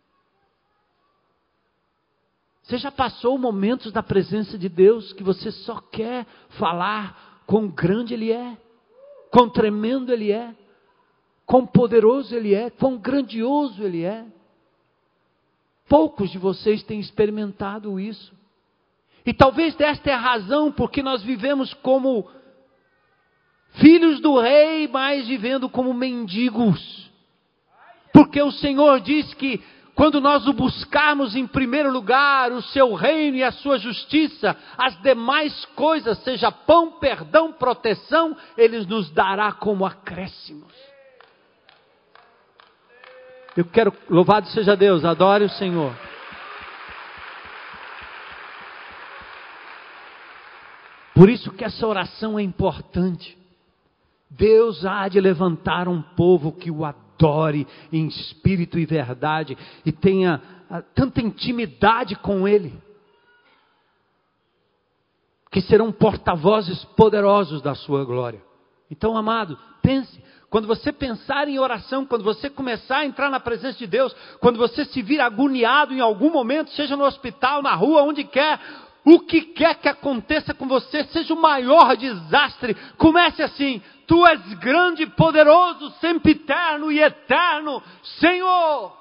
Você já passou momentos na presença de Deus que você só quer falar quão grande Ele é, quão tremendo Ele é, quão poderoso Ele é, quão grandioso Ele é? Poucos de vocês têm experimentado isso. E talvez esta é a razão porque nós vivemos como filhos do rei, mas vivendo como mendigos. Porque o Senhor diz que quando nós o buscarmos em primeiro lugar, o seu reino e a sua justiça, as demais coisas, seja pão, perdão, proteção, Ele nos dará como acréscimos. Eu quero, louvado seja Deus, adore o Senhor. Por isso que essa oração é importante. Deus há de levantar um povo que o adore. Adore em espírito e verdade e tenha a, tanta intimidade com Ele, que serão porta-vozes poderosos da sua glória. Então, amado, pense, quando você pensar em oração, quando você começar a entrar na presença de Deus, quando você se vir agoniado em algum momento, seja no hospital, na rua, onde quer, o que quer que aconteça com você, seja o maior desastre, comece assim, Tu és grande, poderoso, sempiterno e eterno, Senhor.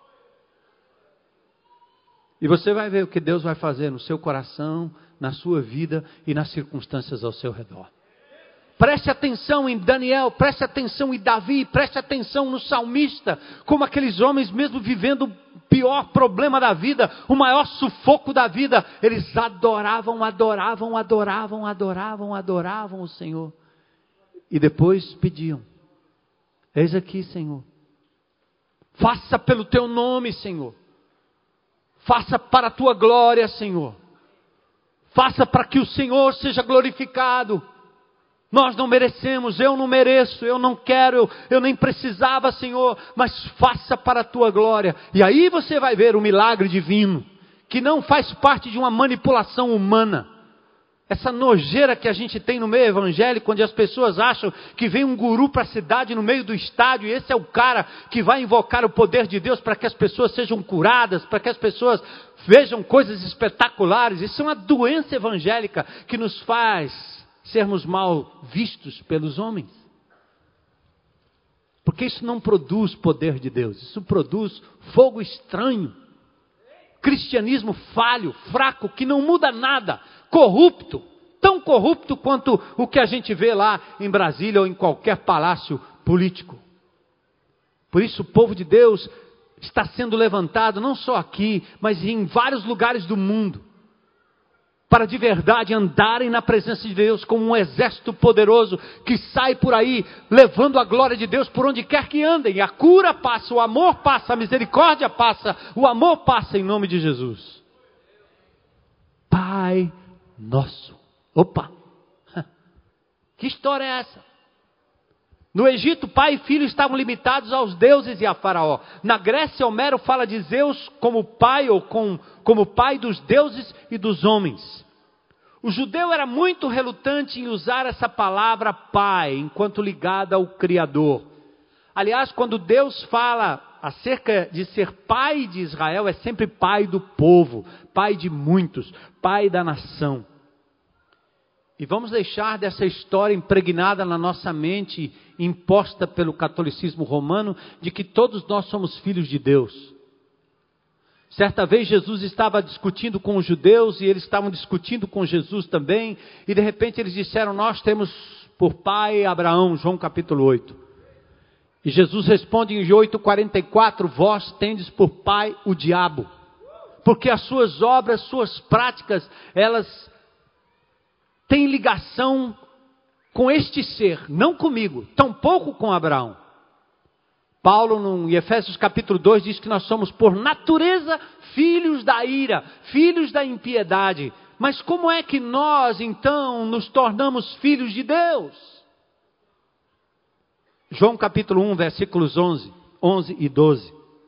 E você vai ver o que Deus vai fazer no seu coração, na sua vida e nas circunstâncias ao seu redor. Preste atenção em Daniel, preste atenção em Davi, preste atenção no salmista, como aqueles homens mesmo vivendo o pior problema da vida, o maior sufoco da vida, eles adoravam, adoravam, adoravam, adoravam, adoravam o Senhor. E depois pediam, eis aqui, Senhor, faça pelo teu nome, Senhor, faça para a tua glória, Senhor, faça para que o Senhor seja glorificado. Nós não merecemos, eu não mereço, eu não quero, eu, eu nem precisava, Senhor, mas faça para a tua glória. E aí você vai ver o milagre divino, que não faz parte de uma manipulação humana, Essa nojeira que a gente tem no meio evangélico, onde as pessoas acham que vem um guru para a cidade no meio do estádio, e esse é o cara que vai invocar o poder de Deus para que as pessoas sejam curadas, para que as pessoas vejam coisas espetaculares. Isso é uma doença evangélica que nos faz sermos mal vistos pelos homens. Porque isso não produz poder de Deus, isso produz fogo estranho. Cristianismo falho, fraco, que não muda nada, corrupto, tão corrupto quanto o que a gente vê lá em Brasília ou em qualquer palácio político. Por isso o povo de Deus está sendo levantado, não só aqui, mas em vários lugares do mundo, para de verdade andarem na presença de Deus como um exército poderoso que sai por aí levando a glória de Deus por onde quer que andem. A cura passa, o amor passa, a misericórdia passa, o amor passa em nome de Jesus. Pai nosso. Opa! Que história é essa? No Egito, pai e filho estavam limitados aos deuses e a Faraó. Na Grécia, Homero fala de Zeus como pai ou com, como pai dos deuses e dos homens. O judeu era muito relutante em usar essa palavra pai, enquanto ligada ao Criador. Aliás, quando Deus fala acerca de ser pai de Israel, é sempre pai do povo, pai de muitos, pai da nação. E vamos deixar dessa história impregnada na nossa mente, imposta pelo catolicismo romano, de que todos nós somos filhos de Deus. Certa vez Jesus estava discutindo com os judeus e eles estavam discutindo com Jesus também. E de repente eles disseram, nós temos por pai Abraão, João capítulo oito. E Jesus responde em oito, quarenta e quatro, vós tendes por pai o diabo. Porque as suas obras, suas práticas, elas têm ligação com este ser, não comigo, tampouco com Abraão. Paulo, no, em Efésios capítulo dois, diz que nós somos por natureza filhos da ira, filhos da impiedade. Mas como é que nós, então, nos tornamos filhos de Deus? João capítulo um, versículos onze, onze e doze.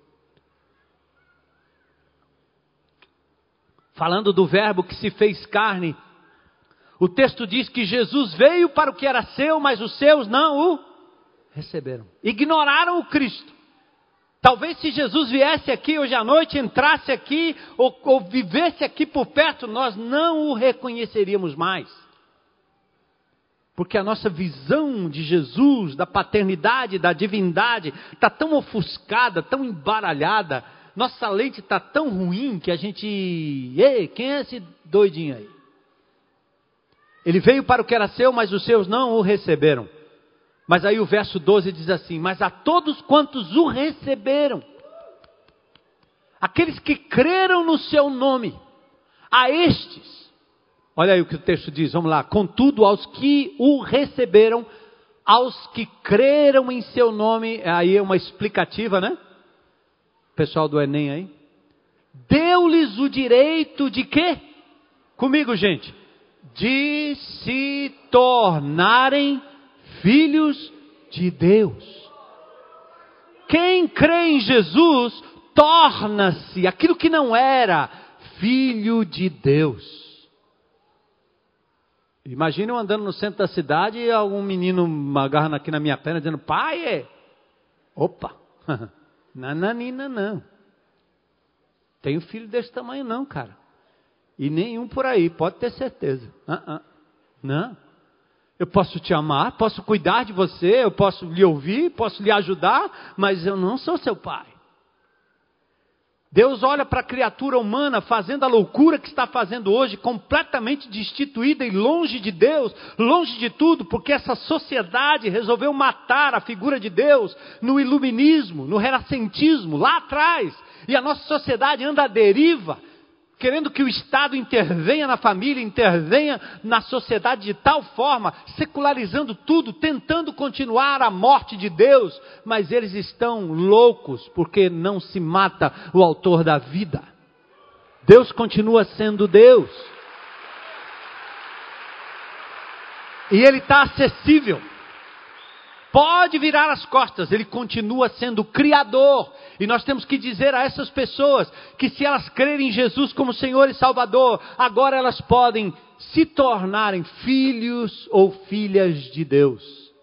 Falando do verbo que se fez carne, o texto diz que Jesus veio para o que era seu, mas os seus não o receberam. Ignoraram o Cristo. Talvez se Jesus viesse aqui hoje à noite, entrasse aqui, ou, ou vivesse aqui por perto, nós não o reconheceríamos mais. Porque a nossa visão de Jesus, da paternidade, da divindade, está tão ofuscada, tão embaralhada, nossa lente está tão ruim que a gente... Ei, quem é esse doidinho aí? Ele veio para o que era seu, mas os seus não o receberam. Mas aí o verso doze diz assim, mas a todos quantos o receberam, aqueles que creram no seu nome, a estes, olha aí o que o texto diz, vamos lá, contudo aos que o receberam, aos que creram em seu nome, aí é uma explicativa, né? Pessoal do Enem aí, deu-lhes o direito de quê? Comigo, gente, de se tornarem filhos de Deus. Quem crê em Jesus torna-se aquilo que não era, filho de Deus. Imagina eu andando no centro da cidade e algum menino agarrando aqui na minha perna dizendo, pai, é... Opa, nananina não. Tenho filho desse tamanho não, cara. E nenhum por aí, pode ter certeza. Uh-uh. Não. Eu posso te amar, posso cuidar de você, eu posso lhe ouvir, posso lhe ajudar, mas eu não sou seu pai. Deus olha para a criatura humana fazendo a loucura que está fazendo hoje, completamente destituída e longe de Deus, longe de tudo, porque essa sociedade resolveu matar a figura de Deus no iluminismo, no renascentismo, lá atrás. E a nossa sociedade anda à deriva, querendo que o Estado intervenha na família, intervenha na sociedade de tal forma, secularizando tudo, tentando continuar a morte de Deus, mas eles estão loucos, porque não se mata o autor da vida. Deus continua sendo Deus. E Ele está acessível. pode virar as costas, Ele continua sendo Criador. E nós temos que dizer a essas pessoas que se elas crerem em Jesus como Senhor e Salvador, agora elas podem se tornarem filhos ou filhas de Deus.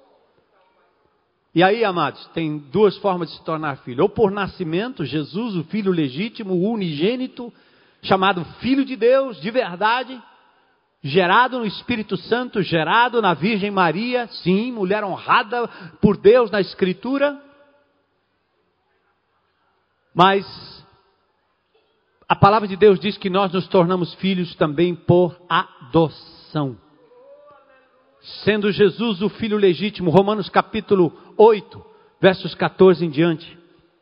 E aí, amados, tem duas formas de se tornar filho. Ou por nascimento, Jesus, o Filho legítimo, o unigênito, chamado Filho de Deus, de verdade, gerado no Espírito Santo, gerado na Virgem Maria, sim, mulher honrada por Deus na Escritura. Mas a palavra de Deus diz que nós nos tornamos filhos também por adoção. Sendo Jesus o Filho legítimo, Romanos capítulo oito, versos catorze em diante.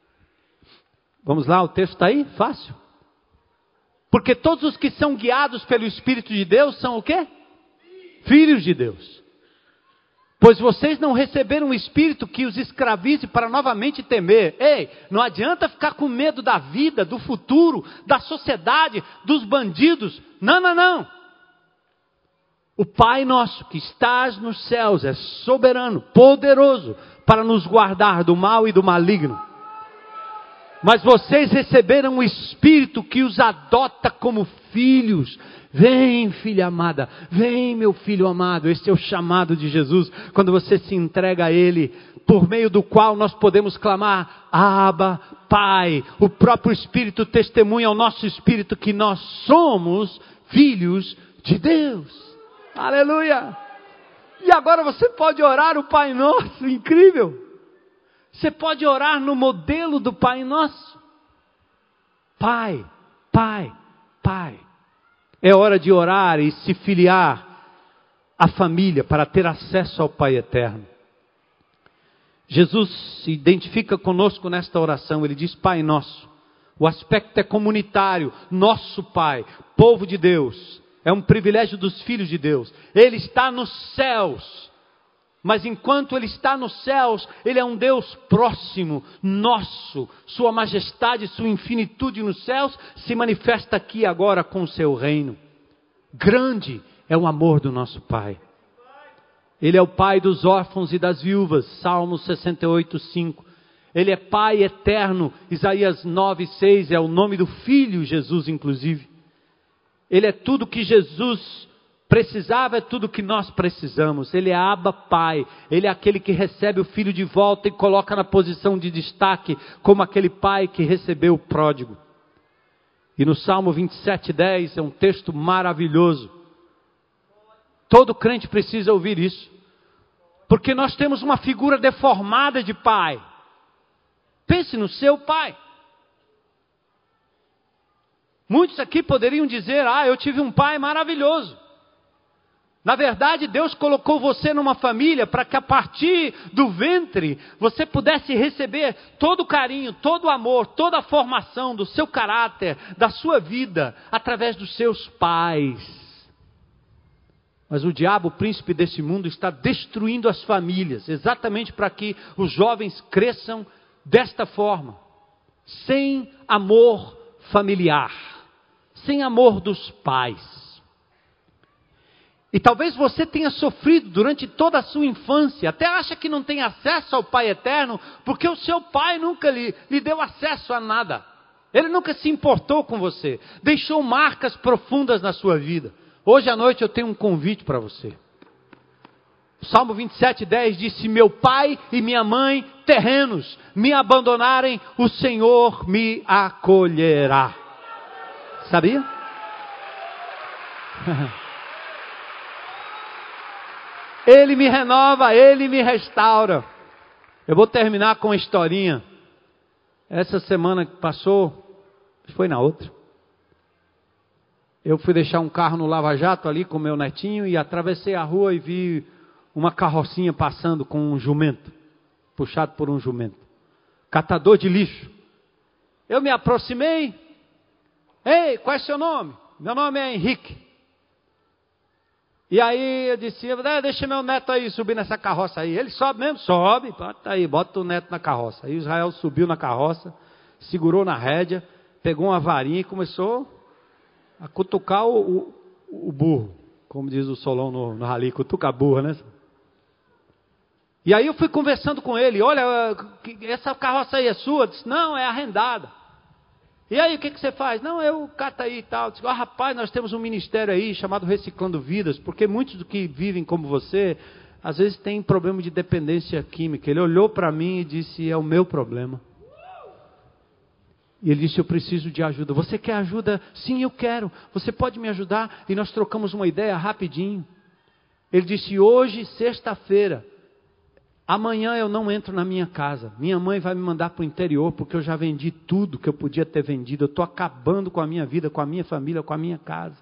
Vamos lá, o texto está aí? Fácil. Porque todos os que são guiados pelo Espírito de Deus são o quê? Filhos de Deus. Pois vocês não receberam um espírito que os escravize para novamente temer. Ei, não adianta ficar com medo da vida, do futuro, da sociedade, dos bandidos. Não, não, não. O Pai nosso que estás nos céus é soberano, poderoso para nos guardar do mal e do maligno. Mas vocês receberam um Espírito que os adota como filhos. Vem, filha amada, vem, meu filho amado. Esse é o chamado de Jesus, quando você se entrega a Ele, por meio do qual nós podemos clamar, Abba, Pai. O próprio Espírito testemunha ao nosso Espírito que nós somos filhos de Deus. Aleluia! E agora você pode orar o Pai Nosso, incrível! Você pode orar no modelo do Pai Nosso. Pai, Pai, Pai. É hora de orar e se filiar à família para ter acesso ao Pai Eterno. Jesus se identifica conosco nesta oração. Ele diz Pai Nosso. O aspecto é comunitário. Nosso Pai, povo de Deus. É um privilégio dos filhos de Deus. Ele está nos céus. Mas enquanto Ele está nos céus, Ele é um Deus próximo, nosso. Sua majestade, sua infinitude nos céus se manifesta aqui agora com o seu reino. Grande é o amor do nosso Pai. Ele é o Pai dos órfãos e das viúvas, Salmo sessenta e oito, cinco. Ele é Pai eterno, Isaías nove, seis, é o nome do Filho, Jesus inclusive. Ele é tudo que Jesus precisava, é tudo que nós precisamos. Ele é Abba Pai. Ele é aquele que recebe o filho de volta e coloca na posição de destaque, como aquele pai que recebeu o pródigo. E no Salmo vinte e sete, dez, é um texto maravilhoso. Todo crente precisa ouvir isso. Porque nós temos uma figura deformada de pai. Pense no seu pai. Muitos aqui poderiam dizer, ah, eu tive um pai maravilhoso. Na verdade, Deus colocou você numa família para que a partir do ventre você pudesse receber todo o carinho, todo o amor, toda a formação do seu caráter, da sua vida, através dos seus pais. Mas o diabo, o príncipe desse mundo, está destruindo as famílias, exatamente para que os jovens cresçam desta forma, sem amor familiar, sem amor dos pais. E talvez você tenha sofrido durante toda a sua infância, até acha que não tem acesso ao Pai Eterno, porque o seu pai nunca lhe, lhe deu acesso a nada. Ele nunca se importou com você, deixou marcas profundas na sua vida. Hoje à noite eu tenho um convite para você. O Salmo vinte e sete, dez diz, se meu pai e minha mãe terrenos me abandonarem, o Senhor me acolherá. Sabia? Ele me renova, Ele me restaura. Eu vou terminar com uma historinha. Essa semana que passou, foi na outra. Eu fui deixar um carro no Lava Jato ali com meu netinho e atravessei a rua e vi uma carrocinha passando com um jumento, puxado por um jumento. Catador de lixo. Eu me aproximei. Ei, qual é seu nome? Meu nome é Henrique. E aí eu disse, deixa meu neto aí subir nessa carroça aí. Ele sobe mesmo? Sobe. Bota aí, bota o neto na carroça. Aí Israel subiu na carroça, segurou na rédea, pegou uma varinha e começou a cutucar o, o, o burro. Como diz o Solon no, no rali, cutuca a burra, né? E aí eu fui conversando com ele, olha, essa carroça aí é sua? Eu disse, não, é arrendada. E aí, o que, que você faz? Não, eu cato aí e tal. Eu disse, ah, rapaz, nós temos um ministério aí chamado Reciclando Vidas, porque muitos do que vivem como você, às vezes tem problema de dependência química. Ele olhou para mim e disse, é o meu problema. E ele disse, eu preciso de ajuda. Você quer ajuda? Sim, eu quero. Você pode me ajudar? E nós trocamos uma ideia rapidinho. Ele disse, hoje, sexta-feira, amanhã eu não entro na minha casa. Minha mãe vai me mandar para o interior, porque eu já vendi tudo que eu podia ter vendido. Eu estou acabando com a minha vida, com a minha família, com a minha casa.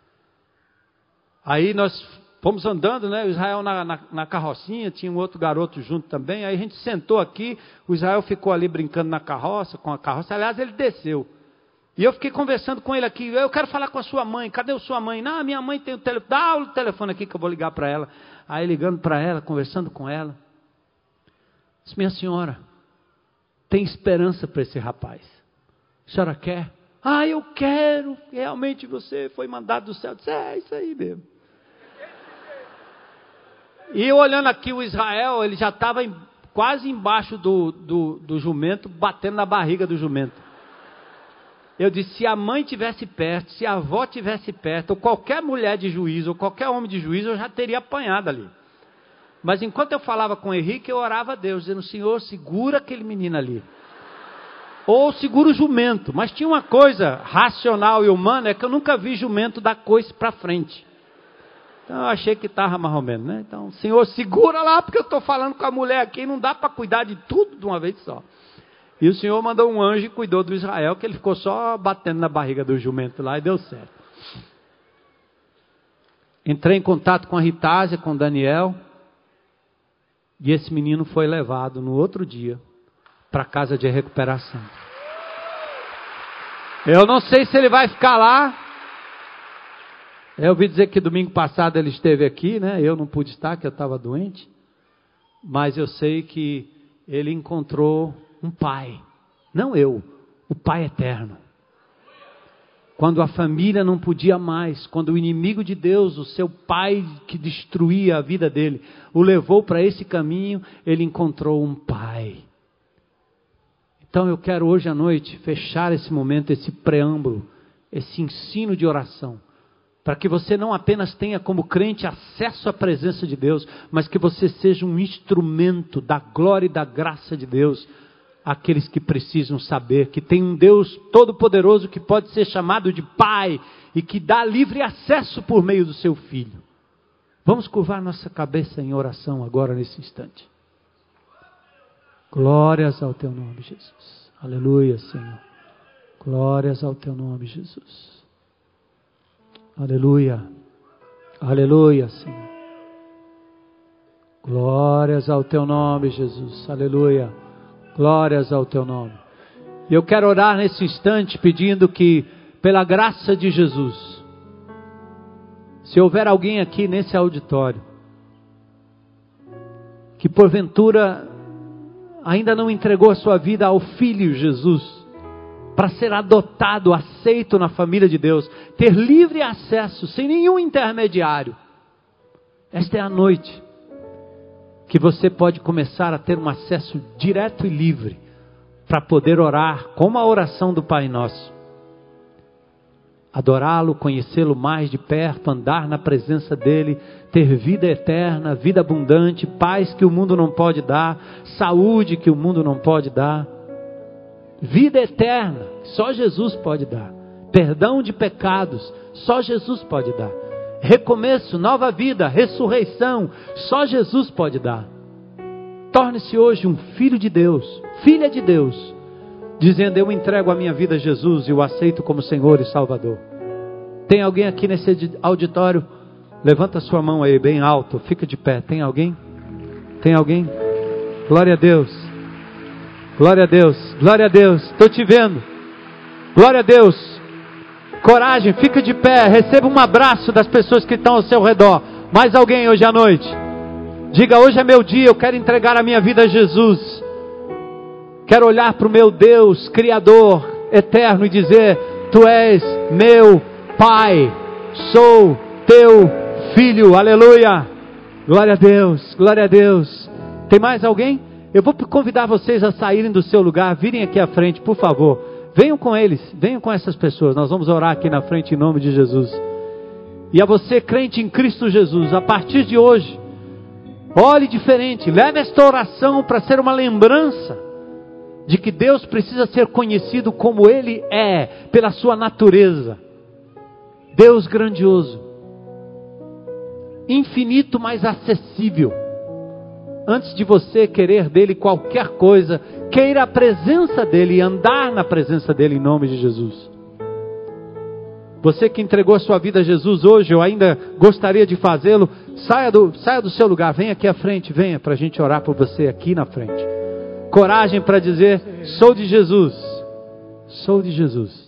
Aí nós fomos andando, né? O Israel na, na, na carrocinha, tinha um outro garoto junto também. Aí a gente sentou aqui, o Israel ficou ali brincando na carroça, com a carroça. Aliás, ele desceu. E eu fiquei conversando com ele aqui. Eu quero falar com a sua mãe. Cadê a sua mãe? Não, minha mãe tem o telefone. Dá o telefone aqui que eu vou ligar para ela. Aí ligando para ela, conversando com ela. Disse, minha senhora, tem esperança para esse rapaz. A senhora quer? Ah, eu quero. Realmente você foi mandado do céu. Eu disse, é, isso aí mesmo. E eu olhando aqui o Israel, ele já estava quase embaixo do, do, do jumento, batendo na barriga do jumento. Eu disse, se a mãe tivesse perto, se a avó tivesse perto, ou qualquer mulher de juízo, ou qualquer homem de juízo, eu já teria apanhado ali. Mas enquanto eu falava com o Henrique, eu orava a Deus, dizendo, Senhor, segura aquele menino ali. Ou segura o jumento. Mas tinha uma coisa racional e humana, é que eu nunca vi jumento dar coice para frente. Então eu achei que estava mais ou menos, né? Então, Senhor, segura lá, porque eu estou falando com a mulher aqui, não dá para cuidar de tudo de uma vez só. E o Senhor mandou um anjo e cuidou do Israel, que ele ficou só batendo na barriga do jumento lá e deu certo. Entrei em contato com a Ritásia, com o Daniel, e esse menino foi levado no outro dia para a casa de recuperação. Eu não sei se ele vai ficar lá. Eu ouvi dizer que domingo passado ele esteve aqui, né? Eu não pude estar, que eu estava doente. Mas eu sei que ele encontrou um pai. Não eu, o Pai eterno. Quando a família não podia mais, quando o inimigo de Deus, o seu pai que destruía a vida dele, o levou para esse caminho, ele encontrou um pai. Então eu quero hoje à noite fechar esse momento, esse preâmbulo, esse ensino de oração, para que você não apenas tenha como crente acesso à presença de Deus, mas que você seja um instrumento da glória e da graça de Deus, àqueles que precisam saber que tem um Deus todo-poderoso que pode ser chamado de Pai e que dá livre acesso por meio do seu Filho. Vamos curvar nossa cabeça em oração agora nesse instante. Glórias ao teu nome, Jesus. Aleluia, Senhor. Glórias ao teu nome, Jesus. Aleluia. Aleluia, Senhor. Glórias ao teu nome, Jesus. Aleluia. Glórias ao teu nome. E eu quero orar nesse instante pedindo que, pela graça de Jesus, se houver alguém aqui nesse auditório que porventura ainda não entregou a sua vida ao Filho Jesus, para ser adotado, aceito na família de Deus, ter livre acesso, sem nenhum intermediário, esta é a noite que você pode começar a ter um acesso direto e livre para poder orar como a oração do Pai Nosso. Adorá-lo, conhecê-lo mais de perto, andar na presença dele, ter vida eterna, vida abundante, paz que o mundo não pode dar, saúde que o mundo não pode dar, vida eterna, só Jesus pode dar, perdão de pecados, só Jesus pode dar, recomeço, nova vida, ressurreição, só Jesus pode dar. Torne-se hoje um filho de Deus, filha de Deus, dizendo, eu entrego a minha vida a Jesus e o aceito como Senhor e Salvador. Tem alguém aqui nesse auditório? Levanta sua mão aí bem alto, fica de pé. Tem alguém? Tem alguém? Glória a Deus. Glória a Deus. Glória a Deus. Estou te vendo. Glória a Deus. Coragem, fica de pé. Receba um abraço das pessoas que estão ao seu redor. Mais alguém hoje à noite? Diga, hoje é meu dia, eu quero entregar a minha vida a Jesus. Quero olhar para o meu Deus, Criador, eterno, e dizer, Tu és meu Pai, sou Teu Filho, aleluia, glória a Deus, glória a Deus. Tem mais alguém? Eu vou convidar vocês a saírem do seu lugar, virem aqui à frente, por favor. Venham com eles, venham com essas pessoas. Nós vamos orar aqui na frente em nome de Jesus. E a você, crente em Cristo Jesus, a partir de hoje, olhe diferente, leve esta oração para ser uma lembrança de que Deus precisa ser conhecido como Ele é, pela sua natureza. Deus grandioso, infinito, mas acessível. Antes de você querer dele qualquer coisa, queira a presença dele e andar na presença dele em nome de Jesus. Você que entregou a sua vida a Jesus hoje, eu ainda gostaria de fazê-lo, saia do, saia do seu lugar, venha aqui à frente, venha para a gente orar por você aqui na frente. Coragem para dizer, sou de Jesus, sou de Jesus.